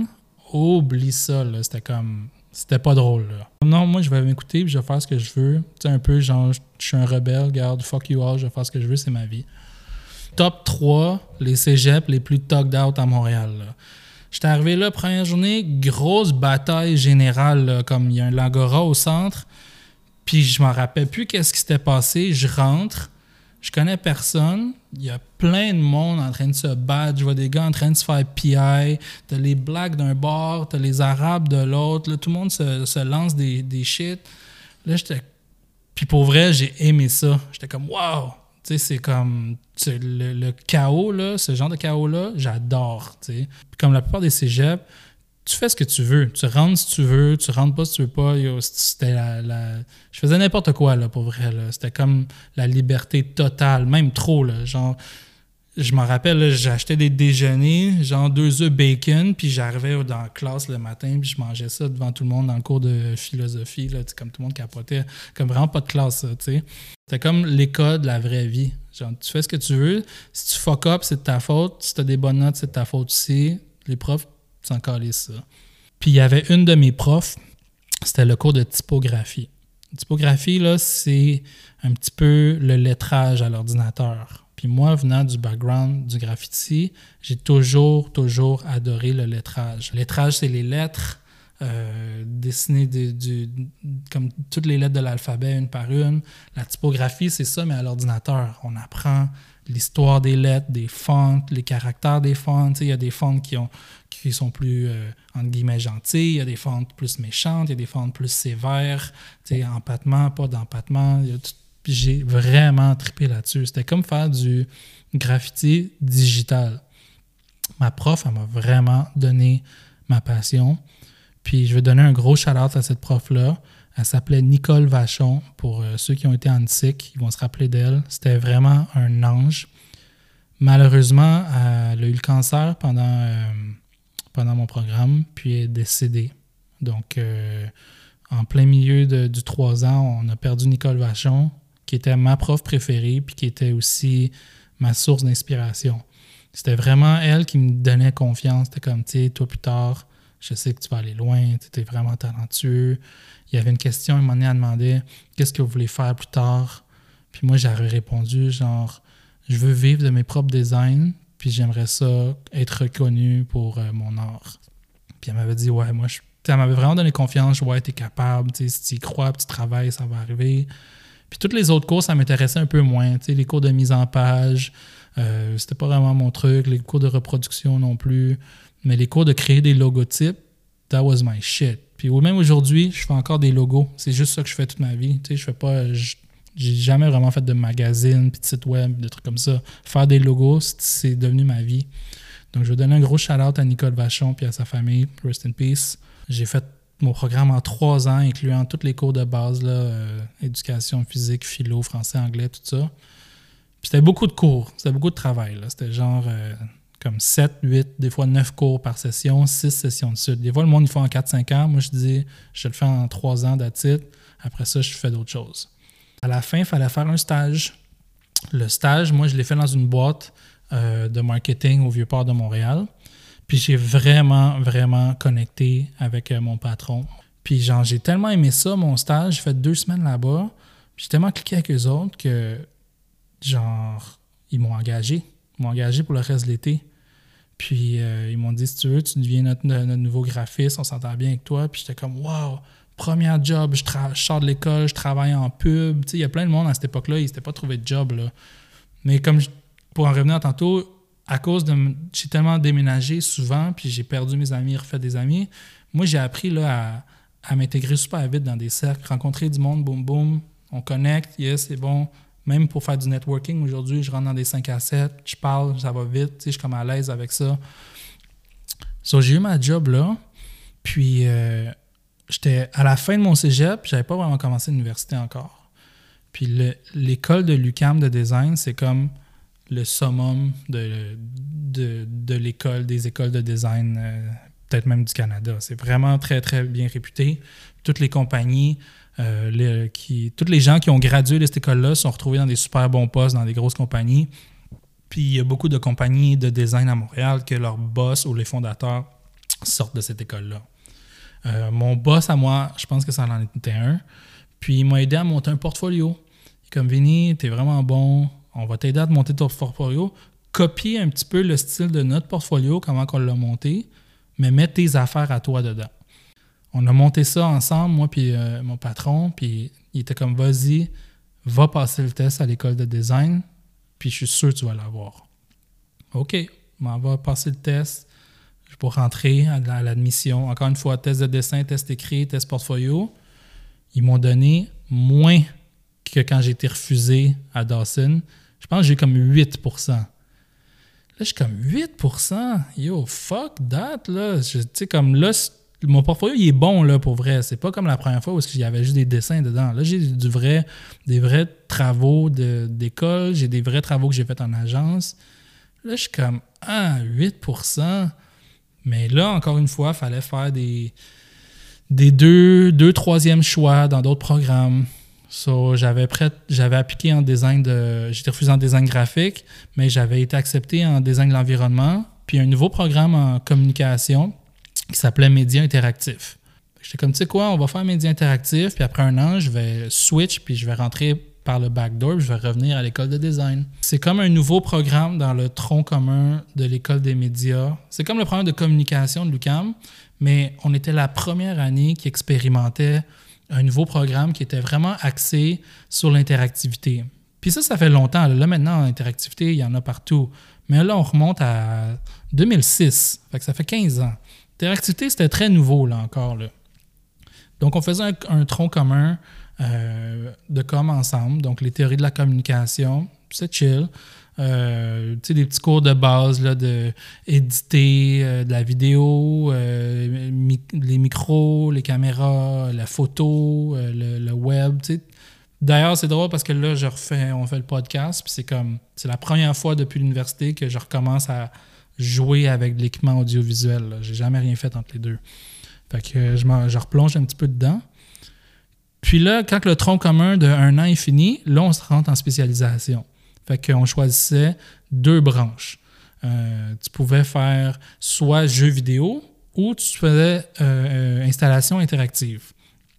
oublie ça, là. C'était pas drôle, là. Non, moi, je vais m'écouter puis je vais faire ce que je veux. Tu sais, un peu genre, je suis un rebelle, regarde, fuck you all, je vais faire ce que je veux, c'est ma vie. Top 3, les cégeps les plus tugged out à Montréal, là. J'étais arrivé là, première journée, grosse bataille générale, là, comme il y a un L'Agora au centre, puis je m'en rappelle plus qu'est-ce qui s'était passé. Je rentre, je connais personne, il y a plein de monde en train de se battre, je vois des gars en train de se faire PI, t'as les Blacks d'un bord, t'as les Arabes de l'autre, là, tout le monde se lance des shit. Là, puis pour vrai, j'ai aimé ça. J'étais comme, wow! Tu sais, c'est comme le chaos, là, ce genre de chaos-là, j'adore. Tu sais. Puis comme la plupart des cégeps, tu fais ce que tu veux. Tu rentres si tu veux, tu rentres pas si tu veux pas. C'était je faisais n'importe quoi, là, pour vrai. Là. C'était comme la liberté totale, même trop. Là. Genre, je me rappelle, là, j'achetais des déjeuners, genre 2 œufs bacon, puis j'arrivais dans la classe le matin, puis je mangeais ça devant tout le monde dans le cours de philosophie, là, comme tout le monde capotait. Comme vraiment pas de classe, tu sais. C'était comme l'école de la vraie vie. Genre, tu fais ce que tu veux. Si tu fuck up, c'est de ta faute. Si tu as des bonnes notes, c'est de ta faute aussi. Les profs, tu s'en calissent ça. Puis il y avait une de mes profs, c'était le cours de typographie. La typographie, là, c'est un petit peu le lettrage à l'ordinateur. Puis moi, venant du background du graffiti, j'ai toujours adoré le lettrage. Le lettrage, c'est les lettres dessinées comme toutes les lettres de l'alphabet, une par une. La typographie, c'est ça, mais à l'ordinateur. On apprend l'histoire des lettres, des fontes, les caractères des fontes. Il y a des fontes qui sont plus, entre guillemets, gentilles. Il y a des fontes plus méchantes. Il y a des fontes plus sévères. Empattement, pas d'empattement. Puis j'ai vraiment trippé là-dessus. C'était comme faire du graffiti digital. Ma prof, elle m'a vraiment donné ma passion. Puis je vais donner un gros shout-out à cette prof-là. Elle s'appelait Nicole Vachon. Pour ceux qui ont été en SIC, ils vont se rappeler d'elle. C'était vraiment un ange. Malheureusement, elle a eu le cancer pendant mon programme, puis elle est décédée. Donc, en plein milieu du 3 ans, on a perdu Nicole Vachon, qui était ma prof préférée, puis qui était aussi ma source d'inspiration. C'était vraiment elle qui me donnait confiance. C'était comme, tu sais, toi plus tard, je sais que tu vas aller loin, tu es vraiment talentueux. Il y avait une question, un moment donné, elle demandait « Qu'est-ce que vous voulez faire plus tard? » Puis moi, j'avais répondu genre « Je veux vivre de mes propres designs, puis j'aimerais ça être reconnu pour mon art. » Puis elle m'avait dit « Ouais, moi, elle m'avait vraiment donné confiance. « Ouais, t'es capable, si tu y crois, puis tu travailles, ça va arriver. » Puis toutes les autres cours, ça m'intéressait un peu moins. Les cours de mise en page, c'était pas vraiment mon truc. Les cours de reproduction non plus. Mais les cours de créer des logotypes, that was my shit. Puis même aujourd'hui, je fais encore des logos. C'est juste ça que je fais toute ma vie. Je fais pas... J'ai jamais vraiment fait de magazine, puis de site web, de trucs comme ça. Faire des logos, c'est devenu ma vie. Donc, je vais donner un gros shout-out à Nicole Vachon puis à sa famille. Rest in peace. J'ai fait mon programme en 3 ans, incluant tous les cours de base, là, éducation physique, philo, français, anglais, tout ça. Puis c'était beaucoup de cours, c'était beaucoup de travail. Là. C'était genre comme 7, 8, des fois 9 cours par session, 6 sessions de suite. Des fois, le monde, il fait en 4-5 ans. Moi, je dis, je le fais en 3 ans d'attitude. Après ça, je fais d'autres choses. À la fin, il fallait faire un stage. Le stage, moi, je l'ai fait dans une boîte de marketing au Vieux-Port de Montréal. Puis j'ai vraiment connecté avec mon patron. Puis genre, j'ai tellement aimé ça, mon stage. J'ai fait 2 semaines là-bas. Puis j'ai tellement cliqué avec eux autres que, genre, ils m'ont engagé. Ils m'ont engagé pour le reste de l'été. Puis ils m'ont dit, si tu veux, tu deviens notre nouveau graphiste. On s'entend bien avec toi. Puis j'étais comme, wow, premier job. Je sors de l'école, je travaille en pub. Tu sais, il y a plein de monde à cette époque-là. Ils ne s'étaient pas trouvé de job, là. Mais comme, pour en revenir tantôt, à cause de... J'ai tellement déménagé souvent, puis j'ai perdu mes amis, refait des amis. Moi, j'ai appris là, à m'intégrer super vite dans des cercles, rencontrer du monde, boum, boum, on connecte, yes, c'est bon. Même pour faire du networking, aujourd'hui, je rentre dans des 5 à 7, je parle, ça va vite, tu sais, je suis comme à l'aise avec ça. So, j'ai eu ma job là, puis j'étais à la fin de mon cégep, j'avais pas vraiment commencé l'université encore. Puis l'école de l'UQAM de design, c'est comme le summum de l'école, des écoles de design, peut-être même du Canada. C'est vraiment très, très bien réputé. Toutes les compagnies, tous les gens qui ont gradué de cette école-là sont retrouvés dans des super bons postes, dans des grosses compagnies. Puis il y a beaucoup de compagnies de design à Montréal que leurs boss ou les fondateurs sortent de cette école-là. Mon boss à moi, je pense que ça en était un. Puis il m'a aidé à monter un portfolio. Comme Vinny, t'es vraiment bon, on va t'aider à te monter ton portfolio. Copie un petit peu le style de notre portfolio, comment on l'a monté, mais mets tes affaires à toi dedans. On a monté ça ensemble, moi puis mon patron, puis il était comme, vas-y, va passer le test à l'école de design, puis je suis sûr que tu vas l'avoir. OK, on va passer le test pour rentrer à l'admission. Encore une fois, test de dessin, test écrit, test portfolio. Ils m'ont donné moins que quand j'ai été refusé à Dawson. Je pense que j'ai comme 8%. Là, je suis comme 8%? Yo, fuck that, là. Tu sais, comme là, mon portfolio, il est bon, là, pour vrai. C'est pas comme la première fois où il y avait juste des dessins dedans. Là, j'ai des vrais travaux d'école. J'ai des vrais travaux que j'ai faits en agence. Là, je suis comme, 8%. Mais là, encore une fois, il fallait faire des deux troisièmes choix dans d'autres programmes. So, j'avais appliqué en design j'étais refusé en design graphique, mais j'avais été accepté en design de l'environnement, puis un nouveau programme en communication qui s'appelait Média interactif. J'étais comme, tu sais quoi, on va faire Média interactif, puis après un an, je vais switch, puis je vais rentrer par le backdoor, puis je vais revenir à l'école de design. C'est comme un nouveau programme dans le tronc commun de l'école des médias. C'est comme le programme de communication de l'UQAM, mais on était la première année qui expérimentait un nouveau programme qui était vraiment axé sur l'interactivité. Puis ça fait longtemps. Là, maintenant, l'interactivité, il y en a partout. Mais là, on remonte à 2006. Fait que ça fait 15 ans. L'interactivité, c'était très nouveau, là, encore. Là. Donc, on faisait un tronc commun de com ensemble. Donc, les théories de la communication, c'est chill. Tu sais, des petits cours de base là, de éditer de la vidéo, les micros, les caméras, la photo, le web. Tu sais. D'ailleurs, c'est drôle parce que là, on fait le podcast, puis c'est la première fois depuis l'université que je recommence à jouer avec de l'équipement audiovisuel. Là. J'ai jamais rien fait entre les deux. Fait que je replonge un petit peu dedans. Puis là, quand le tronc commun de 1 an est fini, là, on se rentre en spécialisation. Fait qu'on choisissait 2 branches. Tu pouvais faire soit jeux vidéo ou tu faisais installation interactive.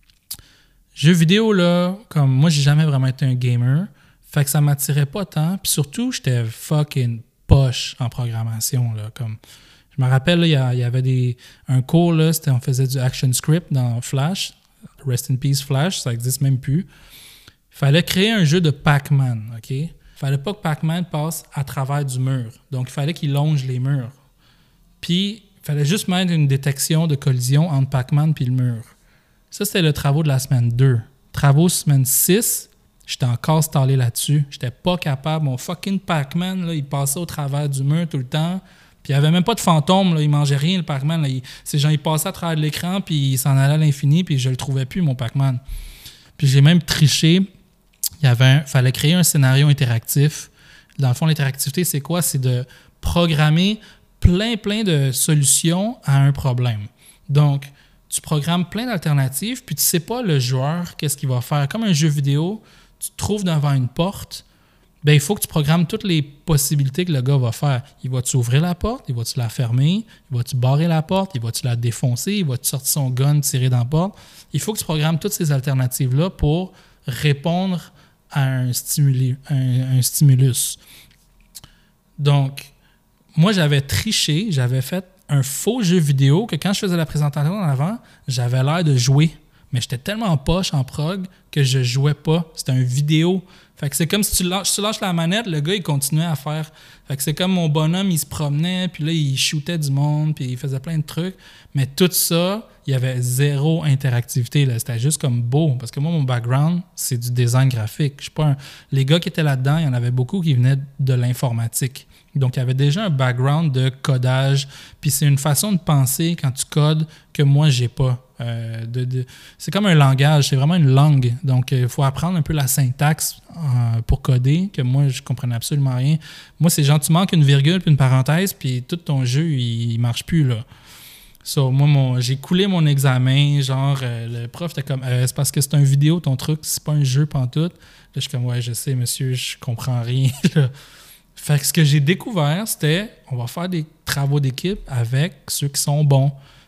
Jeux vidéo, là, comme moi, j'ai jamais vraiment été un gamer, fait que ça m'attirait pas tant. Puis surtout, j'étais fucking poche en programmation, là. Comme, je me rappelle, il y avait un cours, là, on faisait du action script dans Flash. Rest in peace Flash, ça n'existe même plus. Il fallait créer un jeu de Pac-Man, OK? Il fallait pas que Pac-Man passe à travers du mur. Donc, il fallait qu'il longe les murs. Puis, il fallait juste mettre une détection de collision entre Pac-Man et le mur. Ça, c'était le travaux de la semaine 2. Travaux semaine 6, j'étais encore installé là-dessus. J'étais pas capable. Mon fucking Pac-Man, là, il passait au travers du mur tout le temps. Puis il n'y avait même pas de fantôme, là. Il mangeait rien, le Pac-Man. Là. Il passait à travers l'écran, puis il s'en allait à l'infini, puis je le trouvais plus, mon Pac-Man. Puis j'ai même triché. Fallait créer un scénario interactif. Dans le fond, l'interactivité, c'est quoi? C'est de programmer plein de solutions à un problème. Donc, tu programmes plein d'alternatives, puis tu ne sais pas le joueur, qu'est-ce qu'il va faire. Comme un jeu vidéo, tu te trouves devant une porte, bien, il faut que tu programmes toutes les possibilités que le gars va faire. Il va-tu ouvrir la porte? Il va-tu la fermer? Il va-tu barrer la porte? Il va-tu la défoncer? Il va-tu sortir son gun, tirer dans la porte? Il faut que tu programmes toutes ces alternatives-là pour répondre à un stimulus. Donc, moi, j'avais triché, j'avais fait un faux jeu vidéo que quand je faisais la présentation en avant, j'avais l'air de jouer. Mais j'étais tellement poche en prog que je jouais pas. C'était un vidéo. Fait que c'est comme si tu lâches la manette, le gars, il continuait à faire. Fait que c'est comme mon bonhomme, il se promenait, puis là, il shootait du monde, puis il faisait plein de trucs. Mais tout ça, il y avait zéro interactivité. Là. C'était juste comme beau. Parce que moi, mon background, c'est du design graphique. Je suis pas Les gars qui étaient là-dedans, il y en avait beaucoup qui venaient de l'informatique. Donc, il y avait déjà un background de codage. Puis c'est une façon de penser quand tu codes que moi, j'ai pas. C'est comme un langage, c'est vraiment une langue. Donc, il faut apprendre un peu la syntaxe pour coder, que moi, je comprenais absolument rien. Moi, c'est genre, tu manques une virgule puis une parenthèse, puis tout ton jeu, il marche plus, là. So, moi, j'ai coulé mon examen, genre, le prof était comme, c'est parce que c'est un vidéo, ton truc, c'est pas un jeu pantoute. Là, je suis comme, ouais, je sais, monsieur, je comprends rien, là. Fait que ce que j'ai découvert, c'était, on va faire des travaux d'équipe avec ceux qui sont bons.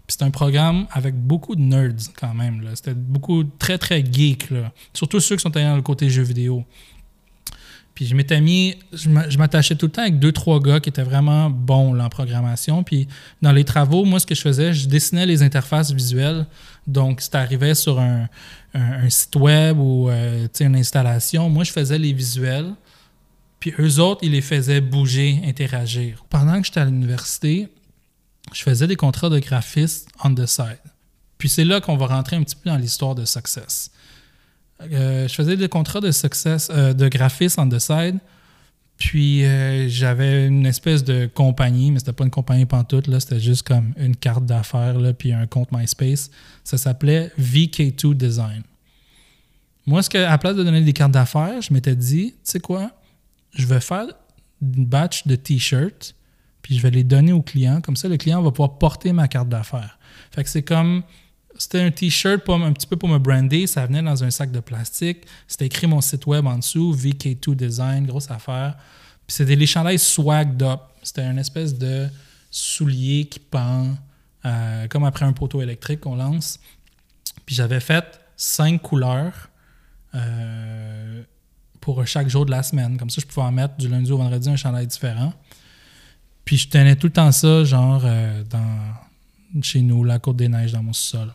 Puis c'était un programme avec beaucoup de nerds quand même. Là. C'était beaucoup, très, très geek. Là. Surtout ceux qui sont allés dans le côté jeux vidéo. Puis je m'étais mis, je m'attachais tout le temps avec 2-3 gars qui étaient vraiment bons là, en programmation. Puis dans les travaux, moi, ce que je faisais, je dessinais les interfaces visuelles. Donc, si tu arrivais sur un site web ou une installation, moi, je faisais les visuels. Puis eux autres, ils les faisaient bouger, interagir. Pendant que j'étais à l'université, je faisais des contrats de graphiste on the side. Puis c'est là qu'on va rentrer un petit peu dans l'histoire de Success. Je faisais des contrats de graphiste on the side. Puis j'avais une espèce de compagnie, mais c'était pas une compagnie pantoute, là, c'était juste comme une carte d'affaires, là, puis un compte MySpace. Ça s'appelait VK2 Design. Moi, à la place de donner des cartes d'affaires, je m'étais dit, tu sais quoi, je vais faire une batch de t-shirts, puis je vais les donner au client. Comme ça, le client va pouvoir porter ma carte d'affaires. Fait que c'est comme... C'était un t-shirt un petit peu pour me brander. Ça venait dans un sac de plastique. C'était écrit mon site web en dessous, VK2 Design, grosse affaire. Puis c'était les chandails swagged up. C'était une espèce de soulier qui pend, comme après un poteau électrique qu'on lance. Puis j'avais fait 5 couleurs pour chaque jour de la semaine. Comme ça, je pouvais en mettre du lundi au vendredi un chandail différent. Puis je tenais tout le temps ça, genre, chez nous, la Côte-des-Neiges, dans mon sous-sol.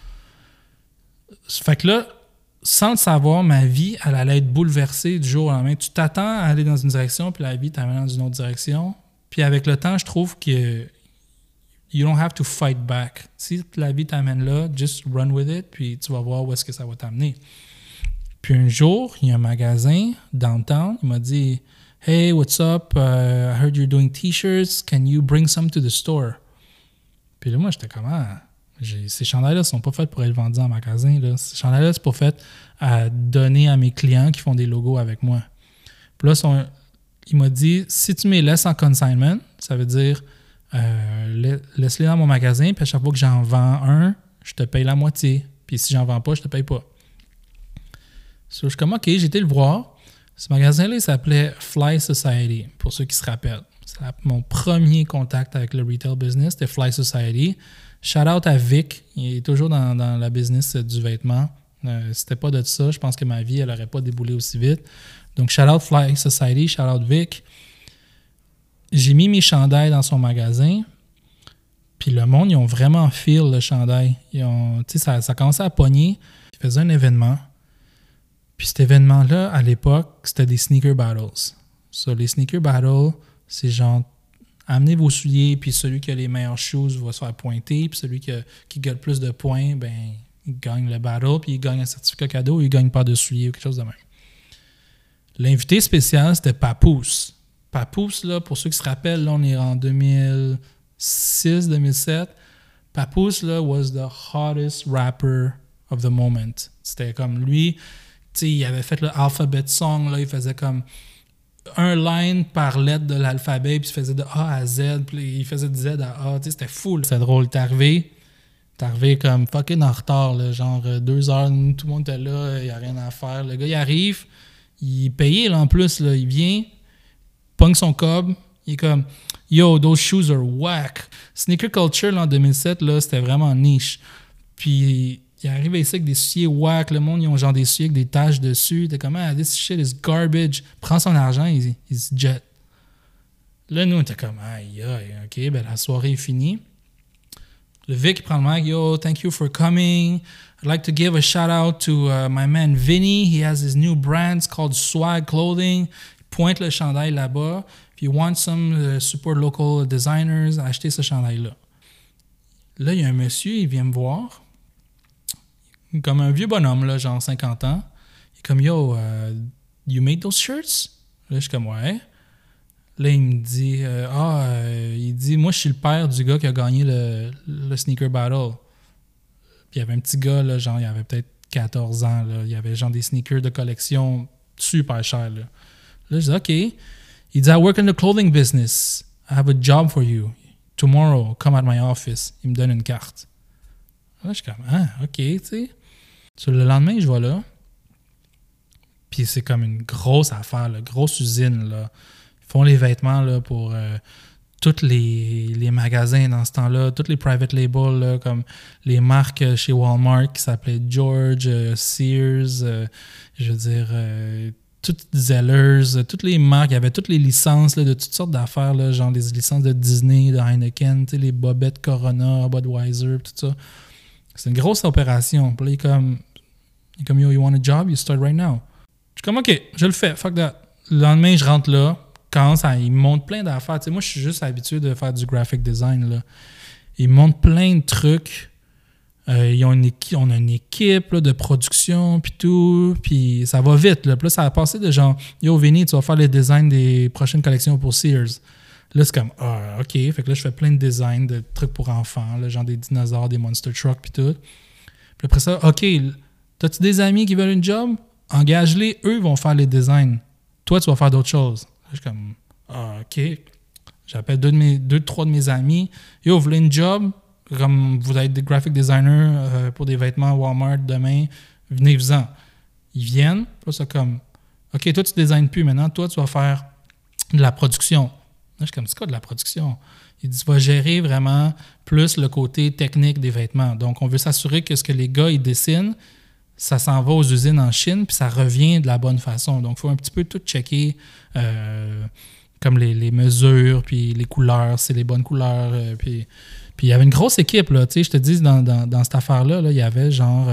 Fait que là, sans le savoir, ma vie, elle allait être bouleversée du jour au lendemain. Tu t'attends à aller dans une direction, puis la vie t'amène dans une autre direction. Puis avec le temps, je trouve que you don't have to fight back. Si la vie t'amène là, just run with it, puis tu vas voir où est-ce que ça va t'amener. Puis un jour, il y a un magasin downtown, il m'a dit « Hey, what's up? I heard you're doing t-shirts. Can you bring some to the store? » Puis là, moi, j'étais comme ces chandails-là ne sont pas faits pour être vendus en magasin. Là. Ces chandails-là, c'est pas fait à donner à mes clients qui font des logos avec moi. Puis là, il m'a dit, si tu me les laisses en consignment, ça veut dire laisse-les dans mon magasin, puis à chaque fois que j'en vends un, je te paye la moitié. Puis si j'en vends pas, je te paye pas. So, je suis comme, OK, j'ai été le voir. Ce magasin-là, il s'appelait Fly Society, pour ceux qui se rappellent. C'est mon premier contact avec le retail business, c'était Fly Society. Shout out à Vic, il est toujours dans la business du vêtement. C'était pas de ça, je pense que ma vie, elle n'aurait pas déboulé aussi vite. Donc, shout out Fly Society, shout out Vic. J'ai mis mes chandails dans son magasin, puis le monde, ils ont vraiment feel le chandail. Ça commençait à pogner. Ils faisaient un événement. Puis cet événement-là, à l'époque, c'était des sneaker battles. So, les sneaker battles, c'est genre, amenez vos souliers, puis celui qui a les meilleurs shoes va se faire pointer, puis celui qui gagne plus de points, ben, il gagne le battle, puis il gagne un certificat cadeau, ou il gagne pas de souliers, ou quelque chose de même. L'invité spécial, c'était Papoose. Papoose, là, pour ceux qui se rappellent, là, on est en 2006, 2007. Papoose, là, was the hottest rapper of the moment. C'était comme lui, tu sais, il avait fait le alphabet song, là, il faisait comme un line par lettre de l'alphabet, puis il faisait de A à Z, puis il faisait de Z à A, tu sais, c'était fou, là. C'était drôle, t'es arrivé comme fucking en retard, là, genre 2 heures, tout le monde était là, il n'y a rien à faire. Le gars, il arrive, il est payé, là, en plus, là, il vient, pogne son cob, il est comme « Yo, those shoes are whack ». Sneaker culture, là, en 2007, là, c'était vraiment niche. Puis il arrive ici avec des souliers whack, le monde, ils ont genre des souliers avec des taches dessus. T'es comme « Ah, this shit is garbage ». Prends son argent, il se jette. Là, nous, on était comme « Aïe, aïe, OK, ben la soirée est finie ». Le Vic, il prend le mic. « Yo, thank you for coming. I'd like to give a shout-out to my man Vinny. He has his new brand. It's called Swag Clothing. » Il pointe le chandail là-bas. « If you want some support local designers, achetez ce chandail-là. » Là, il y a un monsieur, il vient me voir. Comme un vieux bonhomme, là, genre 50 ans. Il est comme « Yo, you made those shirts? » Là, je suis comme « Ouais. » Là, il me dit il dit « Moi, je suis le père du gars qui a gagné le Sneaker Battle. » Puis il y avait un petit gars, là, genre, il avait peut-être 14 ans. Là. Il y avait genre des sneakers de collection super chers. Là, je dis « OK. » Il dit « I work in the clothing business. I have a job for you. Tomorrow, come at my office. » Il me donne une carte. Là, je suis comme « Ah, OK, tu sais. » Sur le lendemain, je vais là. Puis c'est comme une grosse affaire, là, grosse usine, là. Ils font les vêtements là, pour tous les magasins dans ce temps-là, tous les private labels, là, comme les marques chez Walmart qui s'appelaient George, Sears, je veux dire, toutes Zellers, toutes les marques, il y avait toutes les licences là, de toutes sortes d'affaires, là, genre les licences de Disney, de Heineken, les bobettes Corona, Budweiser, tout ça. C'est une grosse opération. Puis là, il est comme, yo, you want a job? You start right now. Je suis comme, OK, je le fais, fuck that. Le lendemain, je rentre là, il me montre plein d'affaires. Tu sais, moi, je suis juste habitué de faire du graphic design, là. Il me montre plein de trucs. On a une équipe là, de production, puis tout, puis ça va vite. Là. Puis là, ça a passé de genre, yo, Vinny, tu vas faire les designs des prochaines collections pour Sears. Là, c'est comme, ah, OK. Fait que là, je fais plein de designs de trucs pour enfants, là, genre des dinosaures, des monster trucks, puis tout. Puis après ça, OK, t'as-tu des amis qui veulent une job? Engage-les, eux vont faire les designs. Toi, tu vas faire d'autres choses. Là, je suis comme, ah, OK. J'appelle deux, trois de mes amis. Yo, vous voulez une job? Comme vous êtes des graphic designers pour des vêtements Walmart demain, venez-vous-en. Ils viennent, là, c'est comme, OK, toi, tu ne designes plus maintenant, toi, tu vas faire de la production. Là, je suis comme, c'est quoi de la production? Il dit, tu vas gérer vraiment plus le côté technique des vêtements. Donc, on veut s'assurer que ce que les gars, ils dessinent, ça s'en va aux usines en Chine, puis ça revient de la bonne façon. Donc, il faut un petit peu tout checker, comme les mesures, puis les couleurs, c'est les bonnes couleurs, puis il y avait une grosse équipe, là, tu sais, je te dis, dans cette affaire-là, là, il y avait genre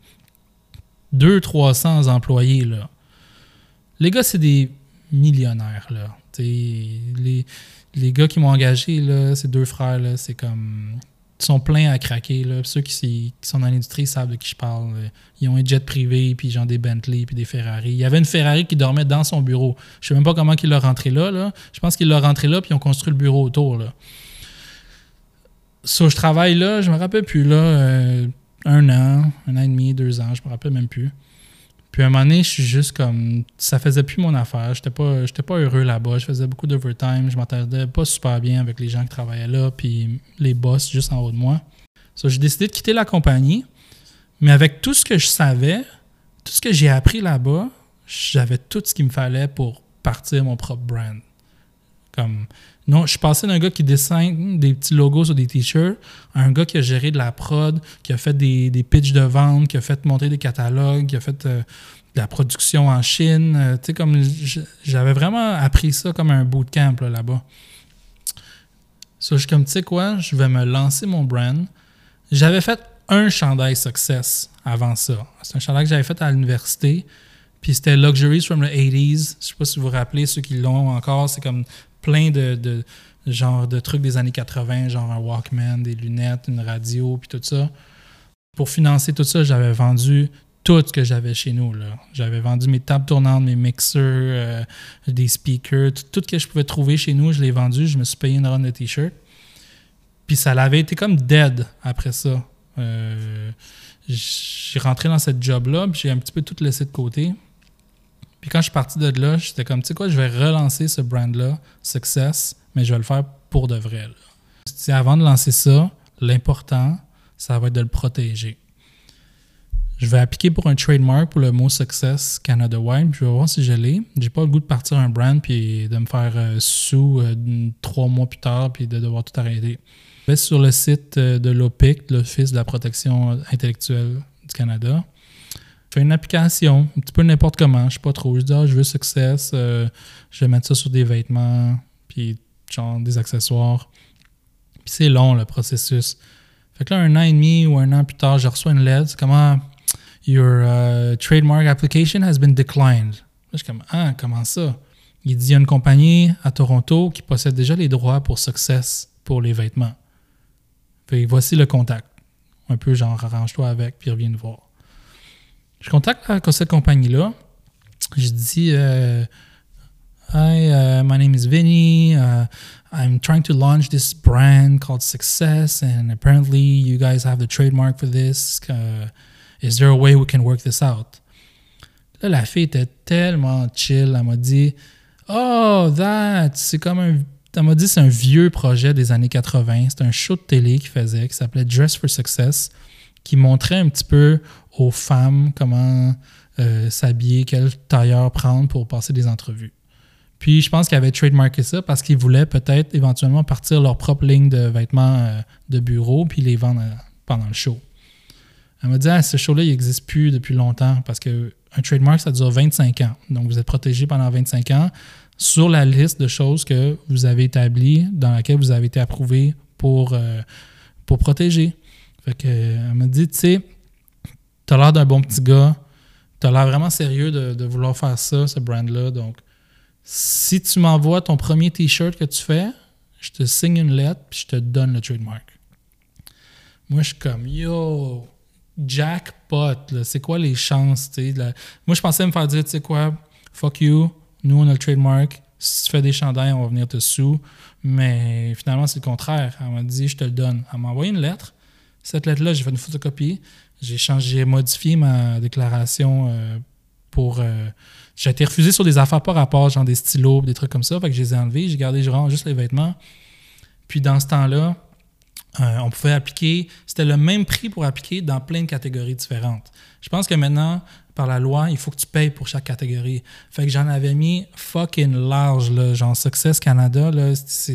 200-300 employés, là. Les gars, c'est des millionnaires, là. Tu sais, les gars qui m'ont engagé, là, ces deux frères, là, c'est comme... Ils sont pleins à craquer, là. Puis ceux qui sont dans l'industrie savent de qui je parle. Ils ont un jet privé, puis genre des Bentley, puis des Ferrari. Il y avait une Ferrari qui dormait dans son bureau. Je sais même pas comment il l'a rentré là, là. Je pense qu'il l'a rentré là, puis ils ont construit le bureau autour, là. Je travaille là, je me rappelle plus, là, 1 an et demi, 2 ans, je me rappelle même plus. Puis à un moment donné, je suis juste comme... Ça faisait plus mon affaire, j'étais pas heureux là-bas, je faisais beaucoup d'overtime, je m'entendais pas super bien avec les gens qui travaillaient là, puis les boss juste en haut de moi. J'ai décidé de quitter la compagnie, mais avec tout ce que je savais, tout ce que j'ai appris là-bas, j'avais tout ce qu'il me fallait pour partir mon propre brand. Comme... Non, je suis passé d'un gars qui dessine des petits logos sur des t-shirts à un gars qui a géré de la prod, qui a fait des pitchs de vente, qui a fait monter des catalogues, qui a fait de la production en Chine. Tu sais, comme j'avais vraiment appris ça comme un bootcamp là-bas. Je suis comme, tu sais quoi, je vais me lancer mon brand. J'avais fait un chandail Success avant ça. C'est un chandail que j'avais fait à l'université. Puis c'était Luxuries from the 80s. Je sais pas si vous vous rappelez, ceux qui l'ont encore, c'est comme plein de genre de trucs des années 80, genre un Walkman, des lunettes, une radio, puis tout ça. Pour financer tout ça, j'avais vendu tout ce que j'avais chez nous, là. J'avais vendu mes tables tournantes, mes mixeurs, des speakers, tout ce que je pouvais trouver chez nous, je l'ai vendu. Je me suis payé une run de t-shirt. Puis ça l'avait été comme dead après ça. J'ai rentré dans cette job-là, puis j'ai un petit peu tout laissé de côté. Puis quand je suis parti de là, j'étais comme, tu sais quoi, je vais relancer ce brand-là, Success, mais je vais le faire pour de vrai. Là. Avant de lancer ça, l'important, ça va être de le protéger. Je vais appliquer pour un trademark pour le mot Success Canada Wide, puis je vais voir si je l'ai. J'ai pas le goût de partir un brand puis de me faire sous 3 mois plus tard puis de devoir tout arrêter. Je vais sur le site de l'OPIC, l'Office de la protection intellectuelle du Canada. Je fais une application, un petit peu n'importe comment, je sais pas trop. Je dis, je veux Success, je vais mettre ça sur des vêtements, puis genre des accessoires. Puis c'est long, le processus. Fait que là, 1 an et demi ou 1 an plus tard, je reçois une lettre. C'est comment your trademark application has been declined. Là, je suis comme, comment ça? Il dit, il y a une compagnie à Toronto qui possède déjà les droits pour Success pour les vêtements. Fait que voici le contact. Un peu genre, arrange-toi avec, puis reviens nous voir. Je contacte cette compagnie-là. Je dis Hi, my name is Vinny. I'm trying to launch this brand called Success, and apparently you guys have the trademark for this. Is there a way we can work this out? Là, la fille était tellement chill. Elle m'a dit c'est comme un... Elle m'a dit c'est un vieux projet des années 80. C'est un show de télé qu'il faisait qui s'appelait Dress for Success, qui montrait un petit peu aux femmes comment s'habiller, quel tailleur prendre pour passer des entrevues. Puis je pense qu'ils avaient trademarké ça parce qu'ils voulaient peut-être éventuellement partir leur propre ligne de vêtements de bureau puis les vendre pendant le show. Elle m'a dit ce show-là, il n'existe plus depuis longtemps parce qu'un trademark, ça dure 25 ans. Donc vous êtes protégé pendant 25 ans sur la liste de choses que vous avez établies, dans laquelle vous avez été approuvé pour protéger. Fait que, elle m'a dit, tu sais, t'as l'air d'un bon petit gars, t'as l'air vraiment sérieux de vouloir faire ça, ce brand-là. Donc, si tu m'envoies ton premier T-shirt que tu fais, je te signe une lettre puis je te donne le trademark. Moi, je suis comme, yo, jackpot, là, c'est quoi les chances, tu sais? Moi, je pensais me faire dire, tu sais quoi, fuck you, nous, on a le trademark, si tu fais des chandails, on va venir te sous. Mais finalement, c'est le contraire. Elle m'a dit, je te le donne. Elle m'a envoyé une lettre. Cette lettre-là, j'ai fait une photocopie. J'ai modifié ma déclaration pour... j'ai été refusé sur des affaires par rapport, genre des stylos, des trucs comme ça. Fait que je les ai enlevés. J'ai gardé vraiment juste les vêtements. Puis dans ce temps-là, on pouvait appliquer... C'était le même prix pour appliquer dans plein de catégories différentes. Je pense que maintenant, par la loi, il faut que tu payes pour chaque catégorie. Fait que j'en avais mis fucking large, là, genre Success Canada, là,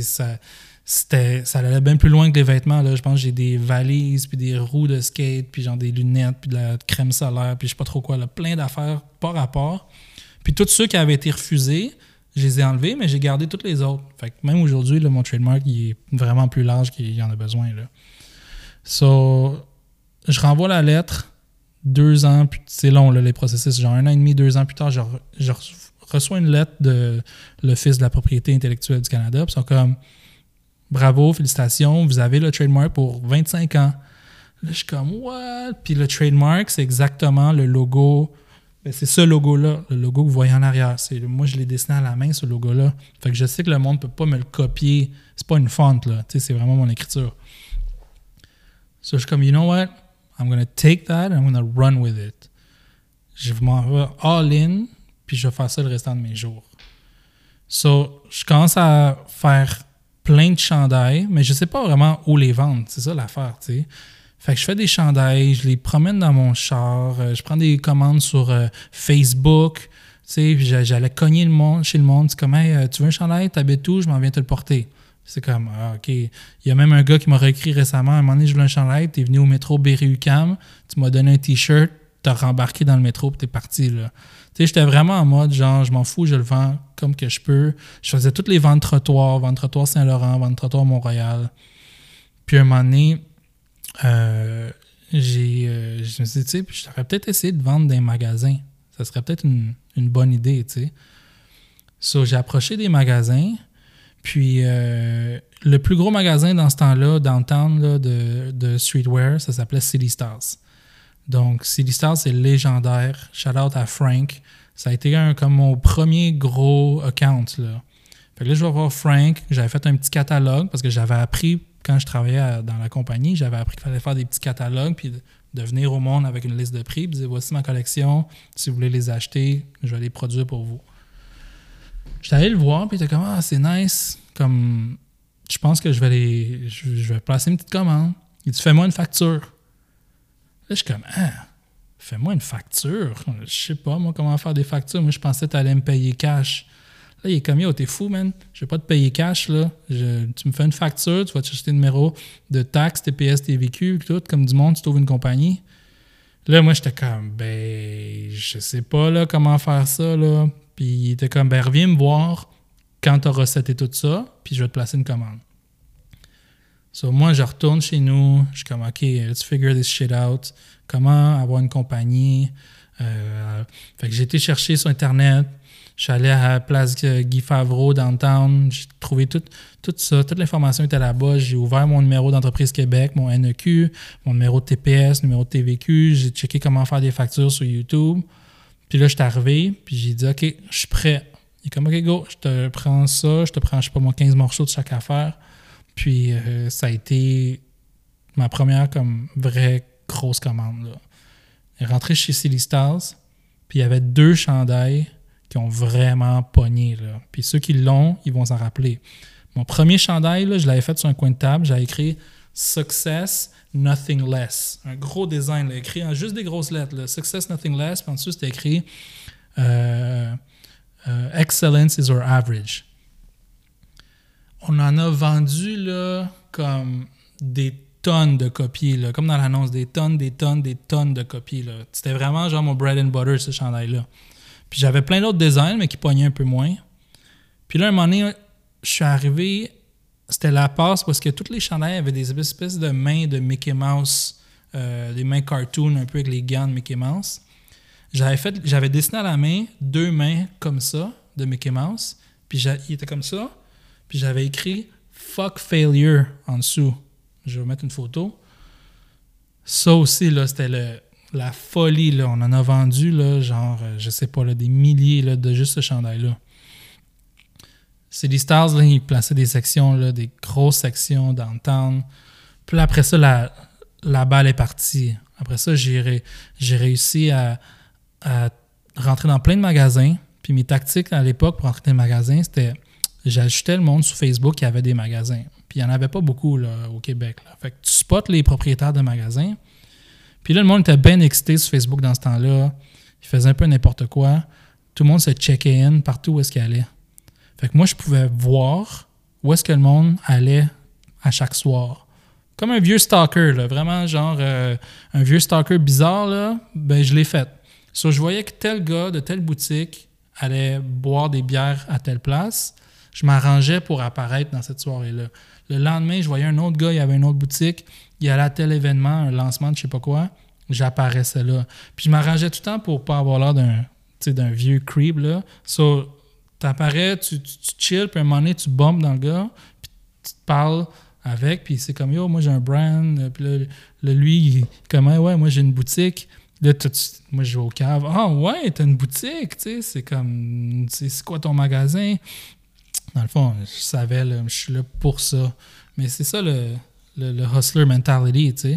ça allait bien plus loin que les vêtements. Là. Je pense que j'ai des valises, puis des roues de skate, puis genre des lunettes, puis de la crème solaire, puis je sais pas trop quoi, là, plein d'affaires par rapport. Puis tous ceux qui avaient été refusés, je les ai enlevés, mais j'ai gardé tous les autres. Fait que même aujourd'hui, là, mon trademark, il est vraiment plus large qu'il y en a besoin. Là. So, je renvoie la lettre. 2 ans, puis c'est long là, les processus, genre 1 an et demi, 2 ans plus tard, je reçois une lettre de l'Office de la propriété intellectuelle du Canada, puis ils sont comme bravo, félicitations, vous avez le trademark pour 25 ans. Là, je suis comme what? Puis le trademark, c'est exactement le logo, c'est ce logo-là, le logo que vous voyez en arrière. Moi, je l'ai dessiné à la main, ce logo-là. Fait que je sais que le monde ne peut pas me le copier. C'est pas une font, là, c'est vraiment mon écriture. So, je suis comme, you know what? I'm going to take that and I'm going to run with it. Je m'en vais all in, puis je vais faire ça le restant de mes jours. So, je commence à faire plein de chandails, mais je sais pas vraiment où les vendre. C'est ça l'affaire, tu sais. Fait que je fais des chandails, je les promène dans mon char, je prends des commandes sur Facebook, tu sais, puis j'allais cogner chez le monde. C'est comme, hey, tu veux un chandail, t'habites où, je m'en viens te le porter. C'est comme, OK. Il y a même un gars qui m'a réécrit récemment, à un moment donné, je voulais un chandail, t'es venu au métro Berry-UQAM, tu m'as donné un T-shirt, t'as rembarqué dans le métro, puis t'es parti, là. Tu sais, j'étais vraiment en mode, genre, je m'en fous, je le vends comme que je peux. Je faisais toutes les ventes trottoirs Saint-Laurent, ventes trottoirs Montréal. Puis à un moment donné, je me suis dit, tu sais, j'aurais peut-être essayé de vendre dans les magasins. Ça serait peut-être une bonne idée, tu sais. So, j'ai approché des magasins. Puis, le plus gros magasin dans ce temps-là, downtown, là, de streetwear, ça s'appelait City Stars. Donc, City Stars, c'est légendaire. Shout out à Frank. Ça a été comme mon premier gros account, là. Fait que là, je vais voir Frank. J'avais fait un petit catalogue parce que j'avais appris, quand je travaillais dans la compagnie, j'avais appris qu'il fallait faire des petits catalogues puis de venir au monde avec une liste de prix. Puis dire, voici ma collection. Si vous voulez les acheter, je vais les produire pour vous. J'étais allé le voir, puis il était comme, ah, c'est nice. Comme, je pense que je vais placer une petite commande. Il dit, fais-moi une facture. Là, je suis comme, ah, fais-moi une facture. Je sais pas, moi, comment faire des factures. Moi, je pensais que tu allais me payer cash. Là, il est comme, yo, t'es fou, man. Je vais pas te payer cash, là. Tu me fais une facture, tu vas te chercher le numéro de taxes, TPS, TVQ, tout, comme du monde, tu trouves une compagnie. Là, moi, j'étais comme, ben, je sais pas, là, comment faire ça, là. Puis il était comme, ben, reviens me voir quand tu as recetté tout ça, puis je vais te placer une commande. So, moi, je retourne chez nous, je suis comme, OK, let's figure this shit out. Comment avoir une compagnie? Fait que j'ai été chercher sur Internet. Je suis allé à la place Guy Favreau, downtown. J'ai trouvé tout ça. Toute l'information était là-bas. J'ai ouvert mon numéro d'entreprise Québec, mon NEQ, mon numéro de TPS, numéro de TVQ. J'ai checké comment faire des factures sur YouTube. Puis là, je suis arrivé, puis j'ai dit, OK, je suis prêt. Il est comme, OK, go, je te prends ça, je te prends, je sais pas, moi, 15 morceaux de chaque affaire. Puis ça a été ma première comme vraie grosse commande, là. Il est rentré chez Silly Stars, puis il y avait 2 chandails qui ont vraiment pogné, là. Puis ceux qui l'ont, ils vont s'en rappeler. Mon premier chandail, là, je l'avais fait sur un coin de table, j'avais écrit « Success, nothing less ». Un gros design, là, écrit en juste des grosses lettres, là. « Success, nothing less », puis en dessous, c'était écrit Excellence is our average. On en a vendu là, comme des tonnes de copies, là, comme dans l'annonce, des tonnes de copies. Là. C'était vraiment genre mon bread and butter, ce chandail-là. Puis j'avais plein d'autres designs, mais qui pognaient un peu moins. Puis là, un moment donné, je suis arrivé, c'était la passe parce que tous les chandails avaient des espèces de mains de Mickey Mouse, des mains cartoon, un peu avec les gants de Mickey Mouse. J'avais dessiné à la main 2 mains comme ça, de Mickey Mouse. Puis il était comme ça. Puis j'avais écrit « Fuck failure » en dessous. Je vais mettre une photo. Ça aussi, là, c'était la folie. Là. On en a vendu, là, genre, je sais pas, là, des milliers là, de juste ce chandail-là. City Stars, là, ils plaçaient des sections, là, des grosses sections downtown. Puis là, après ça, la balle est partie. Après ça, j'ai réussi à rentrer dans plein de magasins. Puis mes tactiques à l'époque pour rentrer dans les magasins, c'était j'ajoutais le monde sur Facebook qui avait des magasins. Puis il n'y en avait pas beaucoup là, au Québec. Là. Fait que tu spots les propriétaires de magasins. Puis là, le monde était bien excité sur Facebook dans ce temps-là. Ils faisaient un peu n'importe quoi. Tout le monde se checkait in partout où est-ce qu'il allait. Fait que moi, je pouvais voir où est-ce que le monde allait à chaque soir. Comme un vieux stalker, là, vraiment genre un vieux stalker bizarre, là, ben je l'ai fait. So, je voyais que tel gars de telle boutique allait boire des bières à telle place. Je m'arrangeais pour apparaître dans cette soirée-là. Le lendemain, je voyais un autre gars, il y avait une autre boutique, il allait à tel événement, un lancement de je sais pas quoi, j'apparaissais là. Puis je m'arrangeais tout le temps pour pas avoir l'air d'un vieux creep, là. So, t'apparais, tu chill, puis à un moment donné, tu bombes dans le gars, puis tu te parles avec, puis c'est comme, yo, moi j'ai un brand, puis là lui, il est comme, ouais, moi j'ai une boutique. Là, moi, je vais au cave. Ah, ouais, t'as une boutique, tu sais, c'est comme, c'est quoi ton magasin? Dans le fond, je savais, là, je suis là pour ça. Mais c'est ça, le hustler mentality, tu sais.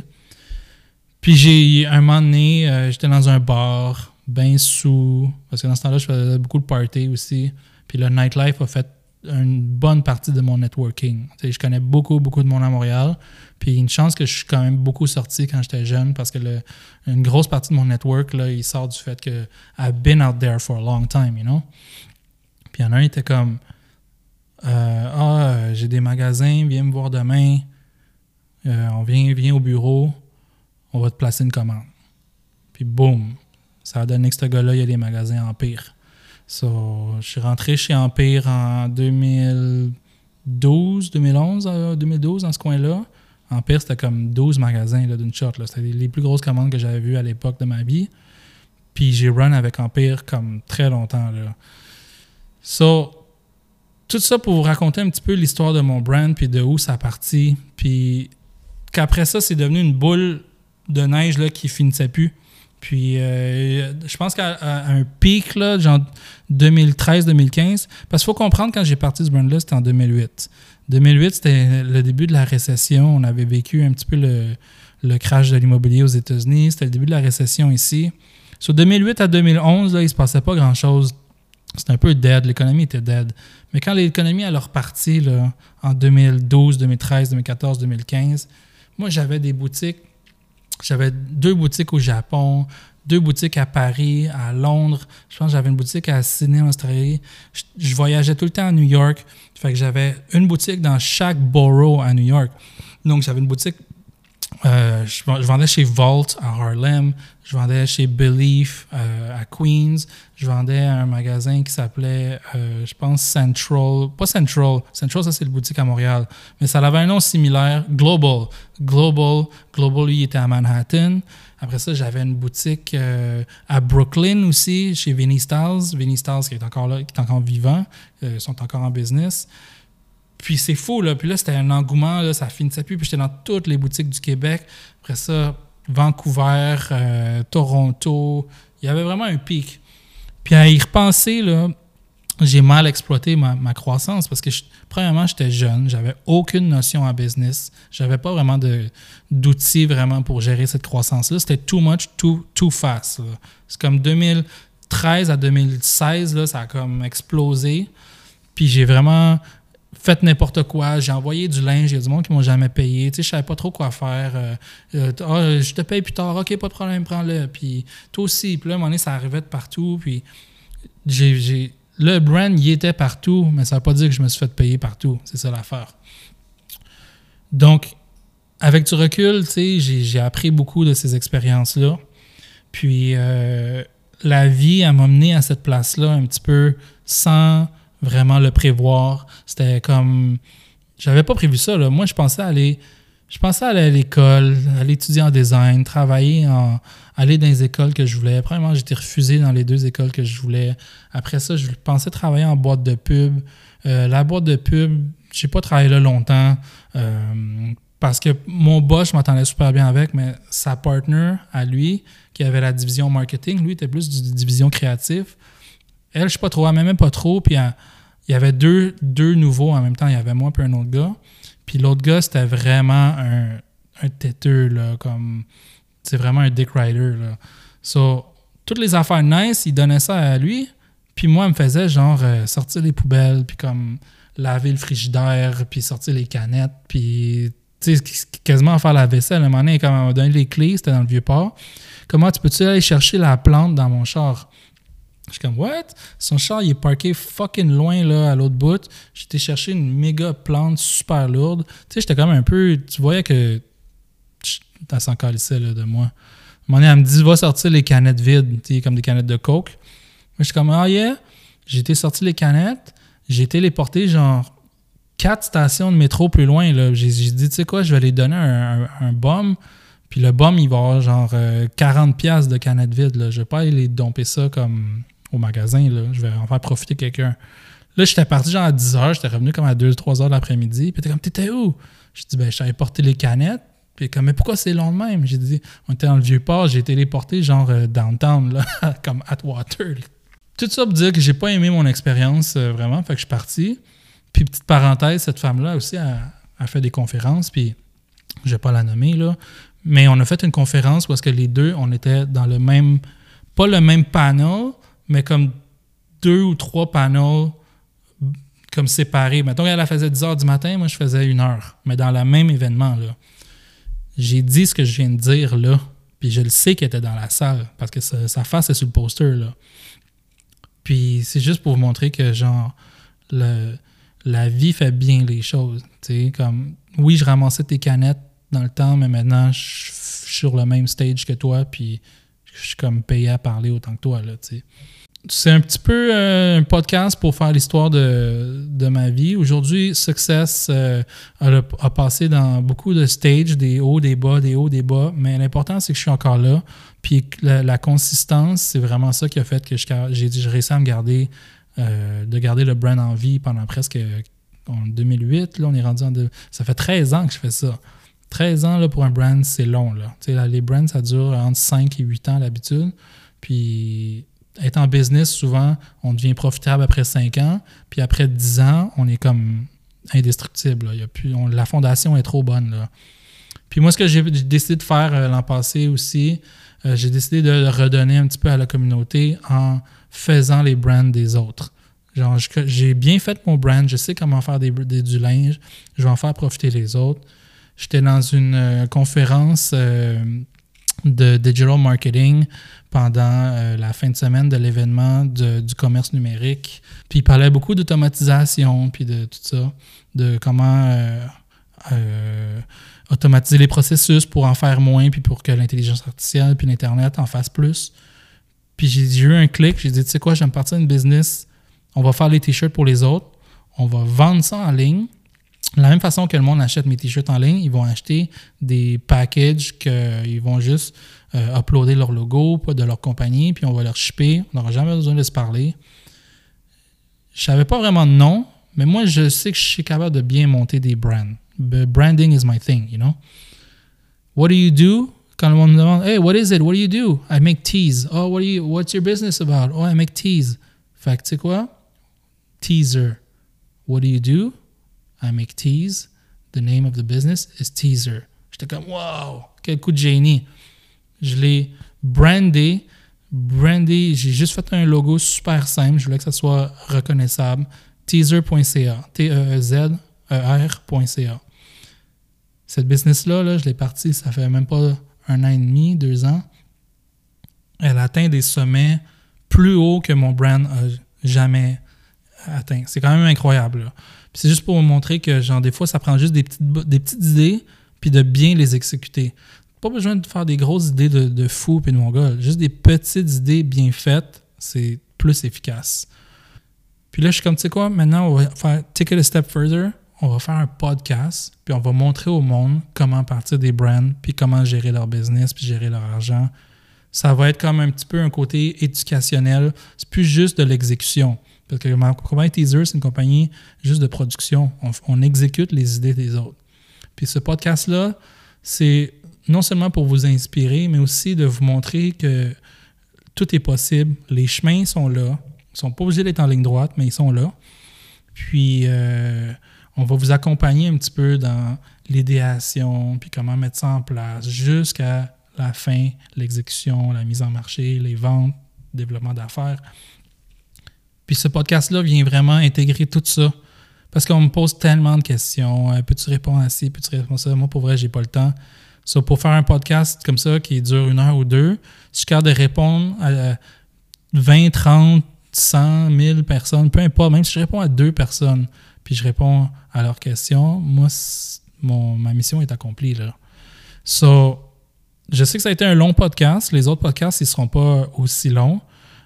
Puis un moment donné, j'étais dans un bar, ben sous, parce que dans ce temps-là, je faisais beaucoup de party aussi. Puis le nightlife a fait une bonne partie de mon networking. Tu sais, je connais beaucoup de monde à Montréal. Puis une chance que je suis quand même beaucoup sorti quand j'étais jeune parce que une grosse partie de mon network, là, il sort du fait que I've been out there for a long time, you know? Puis il y en a un qui était comme j'ai des magasins, viens me voir demain. Viens au bureau, on va te placer une commande. Puis boum, ça a donné que ce gars-là, il y a des magasins Empire. So, je suis rentré chez Empire en 2012, dans ce coin-là. Empire, c'était comme 12 magasins là, d'une shot. Là. C'était les plus grosses commandes que j'avais vues à l'époque de ma vie. Puis j'ai run avec Empire comme très longtemps. Là. So, tout ça pour vous raconter un petit peu l'histoire de mon brand puis de où ça a parti. Puis qu'après ça, c'est devenu une boule de neige là, qui finissait plus. Puis je pense qu'à un pic, là, genre 2013-2015, parce qu'il faut comprendre, quand j'ai parti ce brand-là, c'était en 2008. 2008, c'était le début de la récession. On avait vécu un petit peu le crash de l'immobilier aux États-Unis. C'était le début de la récession ici. Sur 2008 à 2011, là, il ne se passait pas grand-chose. C'était un peu dead. L'économie était dead. Mais quand l'économie a reparti là, en 2012, 2013, 2014, 2015, moi, j'avais des boutiques. J'avais 2 boutiques au Japon, 2 boutiques à Paris, à Londres. Je pense que j'avais une boutique à Sydney, en Australie. Je voyageais tout le temps à New York. Fait que j'avais une boutique dans chaque borough à New York. Donc, j'avais une boutique... je vendais chez Vault à Harlem. Je vendais chez Belief à Queens. Je vendais à un magasin qui s'appelait, je pense, Central. Pas Central. Central, ça, c'est le boutique à Montréal. Mais ça avait un nom similaire. Global. Global, lui, il était à Manhattan. Après ça, j'avais une boutique à Brooklyn aussi, chez Vinny Styles. Vinny Styles qui est encore là, qui est encore vivant. Ils sont encore en business. Puis c'est fou, là. Puis là, c'était un engouement, là, ça finissait plus. Puis j'étais dans toutes les boutiques du Québec. Après ça, Vancouver, Toronto. Il y avait vraiment un pic. Puis à y repenser, là, j'ai mal exploité ma croissance parce que, premièrement, j'étais jeune. J'avais aucune notion en business. J'avais pas vraiment d'outils vraiment pour gérer cette croissance-là. C'était too much, too fast. Là. C'est comme 2013 à 2016, là, ça a comme explosé. Puis j'ai vraiment... fait n'importe quoi, j'ai envoyé du linge, il y a du monde qui m'ont jamais payé, tu sais, je savais pas trop quoi faire. Je te paye plus tard, ok, pas de problème, prends-le. Puis toi aussi, puis là, à un moment donné, ça arrivait de partout, puis le brand, il était partout, mais ça ne veut pas dire que je me suis fait payer partout. C'est ça l'affaire. Donc, avec du recul, tu sais, j'ai appris beaucoup de ces expériences-là. Puis, la vie, elle m'a mené à cette place-là un petit peu sans vraiment le prévoir. C'était comme... J'avais pas prévu ça, là. Moi, je pensais aller à l'école, aller étudier en design, aller dans les écoles que je voulais. Premièrement, j'ai été refusé dans les 2 écoles que je voulais. Après ça, je pensais travailler en boîte de pub. La boîte de pub, j'ai pas travaillé là longtemps parce que mon boss, je m'entendais super bien avec, mais sa partner, à lui, qui avait la division marketing, lui, était plus de division créative. Elle, je sais pas trop, elle m'aimait pas trop. Puis il y avait deux nouveaux en même temps. Il y avait moi et un autre gars. Puis l'autre gars, c'était vraiment un têteux, là, comme... C'est vraiment un dick rider, là. So, toutes les affaires nice, il donnait ça à lui. Puis moi, il me faisait, genre, sortir les poubelles, puis comme laver le frigidaire, puis sortir les canettes, puis, tu sais, quasiment faire la vaisselle. À un moment donné, quand on m'a donné les clés, c'était dans le Vieux-Port. Comment peux-tu aller chercher la plante dans mon char? Je suis comme, what? Son char, il est parké fucking loin, là, à l'autre bout. J'étais chercher une méga plante super lourde. Tu sais, j'étais comme un peu... Tu voyais que... Elle s'en calissait, là, de moi. À un moment donné, elle me dit, va sortir les canettes vides, tu sais, comme des canettes de Coke. Moi, je suis comme, ah yeah? J'ai été sortir les canettes. J'ai été les porter, genre, 4 stations de métro plus loin, là. J'ai dit, tu sais quoi, je vais les donner un bum. Puis le bum, il va avoir, genre, 40$ de canettes vides, là. Je vais pas aller les domper ça comme... au magasin, là. Je vais en faire profiter quelqu'un. Là, j'étais parti genre à 10h, j'étais revenu comme à 2-3 heures de l'après-midi. Puis t'es comme, t'étais où? J'ai dit, ben, je t'avais porté les canettes. Puis comme, mais pourquoi c'est long de même? J'ai dit, on était dans le Vieux-Port, j'ai été les porter genre downtown, là, comme Atwater. Tout ça pour dire que j'ai pas aimé mon expérience vraiment, fait que je suis parti. Puis petite parenthèse, cette femme-là aussi a fait des conférences, puis je vais pas la nommer, là. Mais on a fait une conférence où est-ce que les deux, on était dans le même, pas le même panel, mais comme 2 ou 3 panels comme séparés. Mettons qu'elle faisait 10h du matin, moi je faisais 1h, mais dans le même événement, là. J'ai dit ce que je viens de dire, là, puis je le sais qu'elle était dans la salle, parce que sa face est sur le poster, là. Puis c'est juste pour vous montrer que, genre, la vie fait bien les choses, tu sais, comme, oui, je ramassais tes canettes dans le temps, mais maintenant, je suis sur le même stage que toi, puis je suis comme payé à parler autant que toi, là, tu sais. C'est un petit peu un podcast pour faire l'histoire de ma vie. Aujourd'hui, Success a passé dans beaucoup de stages, des hauts, des bas, des hauts, des bas, mais l'important, c'est que je suis encore là. Puis la consistance, c'est vraiment ça qui a fait que j'ai réussi à me garder, de garder le brand en vie pendant presque en 2008. Là, on est rendu ça fait 13 ans que je fais ça. 13 ans là, pour un brand, c'est long. Là. Là, les brands, ça dure entre 5 et 8 ans d'habitude. Puis être en business, souvent, on devient profitable après 5 ans. Puis après 10 ans, on est comme indestructible. Là. Il y a plus, la fondation est trop bonne. Là. Puis moi, ce que j'ai décidé de faire l'an passé aussi, j'ai décidé de redonner un petit peu à la communauté en faisant les brands des autres. Genre, j'ai bien fait mon brand, je sais comment faire du linge, je vais en faire profiter les autres. J'étais dans une conférence de digital marketing pendant la fin de semaine de l'événement du commerce numérique. Puis il parlait beaucoup d'automatisation, puis de tout ça, de comment automatiser les processus pour en faire moins, puis pour que l'intelligence artificielle puis l'Internet en fasse plus. Puis j'ai eu un clic, j'ai dit, tu sais quoi, je vais me partir d'une business, on va faire les t-shirts pour les autres, on va vendre ça en ligne. De la même façon que le monde achète mes t-shirts en ligne, ils vont acheter des packages qu'ils vont juste uploader leur logo de leur compagnie, puis on va leur shipper. On n'aura jamais besoin de se parler. Je savais pas vraiment de nom, mais moi, je sais que je suis capable de bien monter des brands. Branding is my thing, you know. What do you do? Quand le monde me demande, hey, what is it? What do you do? I make teas. Oh, what's your business about? Oh, I make teas. Fait que tu sais quoi? Teaser. What do you do? I make teas. The name of the business is Teaser. J'étais comme, wow, quel coup de génie. Je l'ai brandé. J'ai juste fait un logo super simple. Je voulais que ça soit reconnaissable. Teaser.ca. Teaser.ca. Cette business-là, là, je l'ai partie, ça fait même pas 1 an et demi, 2 ans. Elle atteint des sommets plus hauts que mon brand a jamais atteint. C'est quand même incroyable. Là. Puis c'est juste pour vous montrer que, genre, des fois, ça prend juste des petites idées puis de bien les exécuter. Pas besoin de faire des grosses idées de fou puis de mongol. Juste des petites idées bien faites, c'est plus efficace. Puis là, je suis comme, tu sais quoi, maintenant, on va faire take it a step further. On va faire un podcast, puis on va montrer au monde comment partir des brands, puis comment gérer leur business, puis gérer leur argent. Ça va être comme un petit peu un côté éducationnel. C'est plus juste de l'exécution. Parce que ma compagnie Teaser, c'est une compagnie juste de production. On exécute les idées des autres. Puis ce podcast-là, c'est non seulement pour vous inspirer, mais aussi de vous montrer que tout est possible. Les chemins sont là. Ils ne sont pas obligés d'être en ligne droite, mais ils sont là. Puis on va vous accompagner un petit peu dans l'idéation, puis comment mettre ça en place, jusqu'à la fin, l'exécution, la mise en marché, les ventes, le développement d'affaires. Puis ce podcast-là vient vraiment intégrer tout ça. Parce qu'on me pose tellement de questions. Peux-tu répondre à ci? Peux-tu répondre à ça? Moi, pour vrai, j'ai pas le temps. So, pour faire un podcast comme ça qui dure 1 heure ou 2, je suis capable de répondre à 20, 30, 100, 1000 personnes, peu importe. Même si je réponds à 2 personnes, puis je réponds à leurs questions, moi, ma mission est accomplie, là. So, je sais que ça a été un long podcast. Les autres podcasts, ils ne seront pas aussi longs.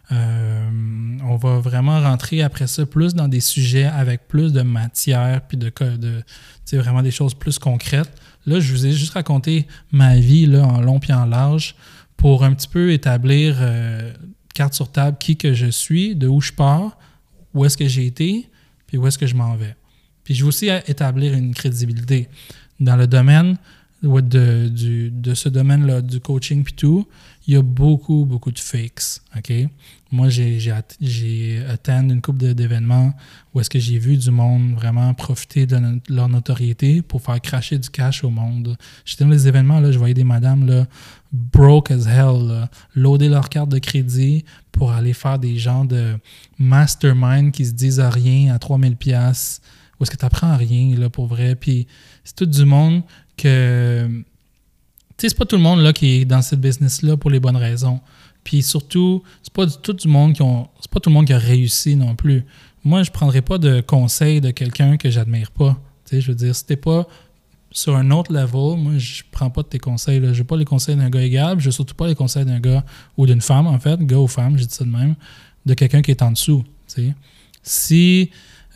On va vraiment rentrer après ça plus dans des sujets avec plus de matière, puis vraiment des choses plus concrètes. Là, je vous ai juste raconté ma vie là, en long puis en large pour un petit peu établir carte sur table qui que je suis, de où je pars, où est-ce que j'ai été, puis où est-ce que je m'en vais. Puis je vais aussi établir une crédibilité dans le domaine de ce domaine-là, du coaching puis tout. Il y a beaucoup, beaucoup de fakes, OK? Moi, j'ai atteint une couple d'événements où est-ce que j'ai vu du monde vraiment profiter de leur notoriété pour faire cracher du cash au monde. J'étais dans les événements, là, je voyais des madames là, broke as hell, là, loader leur carte de crédit pour aller faire des genres de mastermind qui se disent à rien à 3000$. Où est-ce que tu apprends à rien, là, pour vrai? Puis c'est tout du monde que... Tu sais, c'est pas tout le monde là, qui est dans cette business-là pour les bonnes raisons. Puis surtout, c'est pas tout le monde qui a réussi non plus. Moi, je prendrais pas de conseils de quelqu'un que j'admire pas. Tu sais, je veux dire, si t'es pas sur un autre level, moi, je prends pas de tes conseils. Je veux pas les conseils d'un gars égal, je veux surtout pas les conseils d'un gars ou d'une femme, en fait, gars ou femme, je dis ça de même, de quelqu'un qui est en dessous. Tu sais. Si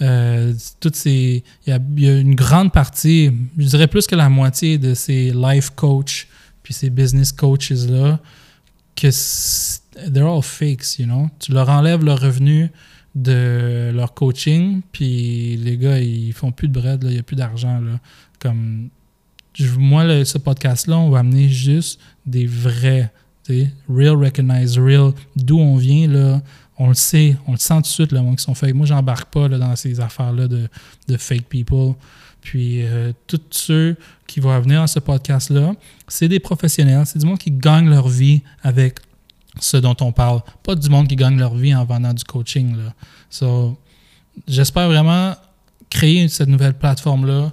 il y a une grande partie, je dirais plus que la moitié de ces life coach puis ces business coaches-là, que they're all fakes, you know. Tu leur enlèves le revenu de leur coaching, puis les gars, ils font plus de bread, il n'y a plus d'argent. Là. Comme, moi, ce podcast-là, on va amener juste des vrais, real recognize, real, d'où on vient, là. On le sait, on le sent tout de suite, là, qui sont fake. Moi, j'embarque pas là, dans ces affaires-là de fake people. Puis, tous ceux qui vont venir dans ce podcast-là, c'est des professionnels, c'est du monde qui gagne leur vie avec ce dont on parle. Pas du monde qui gagne leur vie en vendant du coaching, là. So, j'espère vraiment créer cette nouvelle plateforme-là.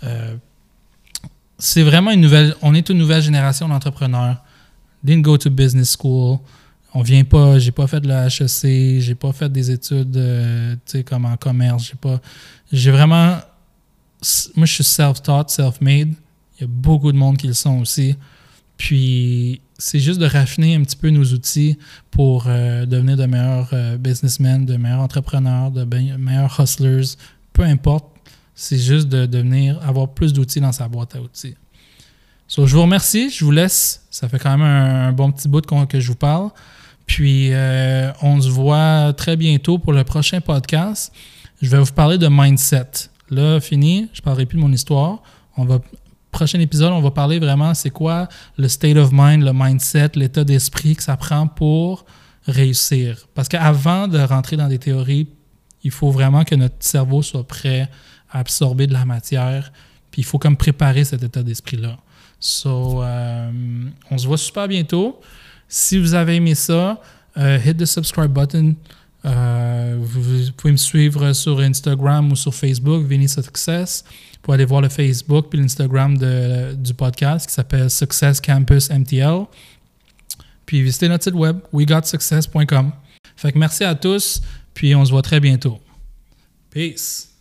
C'est vraiment on est une nouvelle génération d'entrepreneurs. Didn't go to business school. On vient pas, j'ai pas fait de la HEC, j'ai pas fait des études comme en commerce, j'ai vraiment, moi je suis self-taught, self-made, il y a beaucoup de monde qui le sont aussi, puis c'est juste de raffiner un petit peu nos outils pour devenir de meilleurs businessmen, de meilleurs entrepreneurs, de meilleurs hustlers, peu importe, c'est juste de avoir plus d'outils dans sa boîte à outils. So, je vous remercie, je vous laisse, ça fait quand même un bon petit bout que je vous parle. Puis, on se voit très bientôt pour le prochain podcast. Je vais vous parler de mindset. Là, fini, je ne parlerai plus de mon histoire. Prochain épisode, on va parler vraiment c'est quoi le state of mind, le mindset, l'état d'esprit que ça prend pour réussir. Parce qu'avant de rentrer dans des théories, il faut vraiment que notre cerveau soit prêt à absorber de la matière. Puis, il faut comme préparer cet état d'esprit-là. So, on se voit super bientôt. Si vous avez aimé ça, hit the subscribe button. Vous pouvez me suivre sur Instagram ou sur Facebook, Vinny Success, pour aller voir le Facebook puis l'Instagram du podcast qui s'appelle Success Campus MTL. Puis visitez notre site web, wegotsuccess.com. Fait que merci à tous, puis on se voit très bientôt. Peace.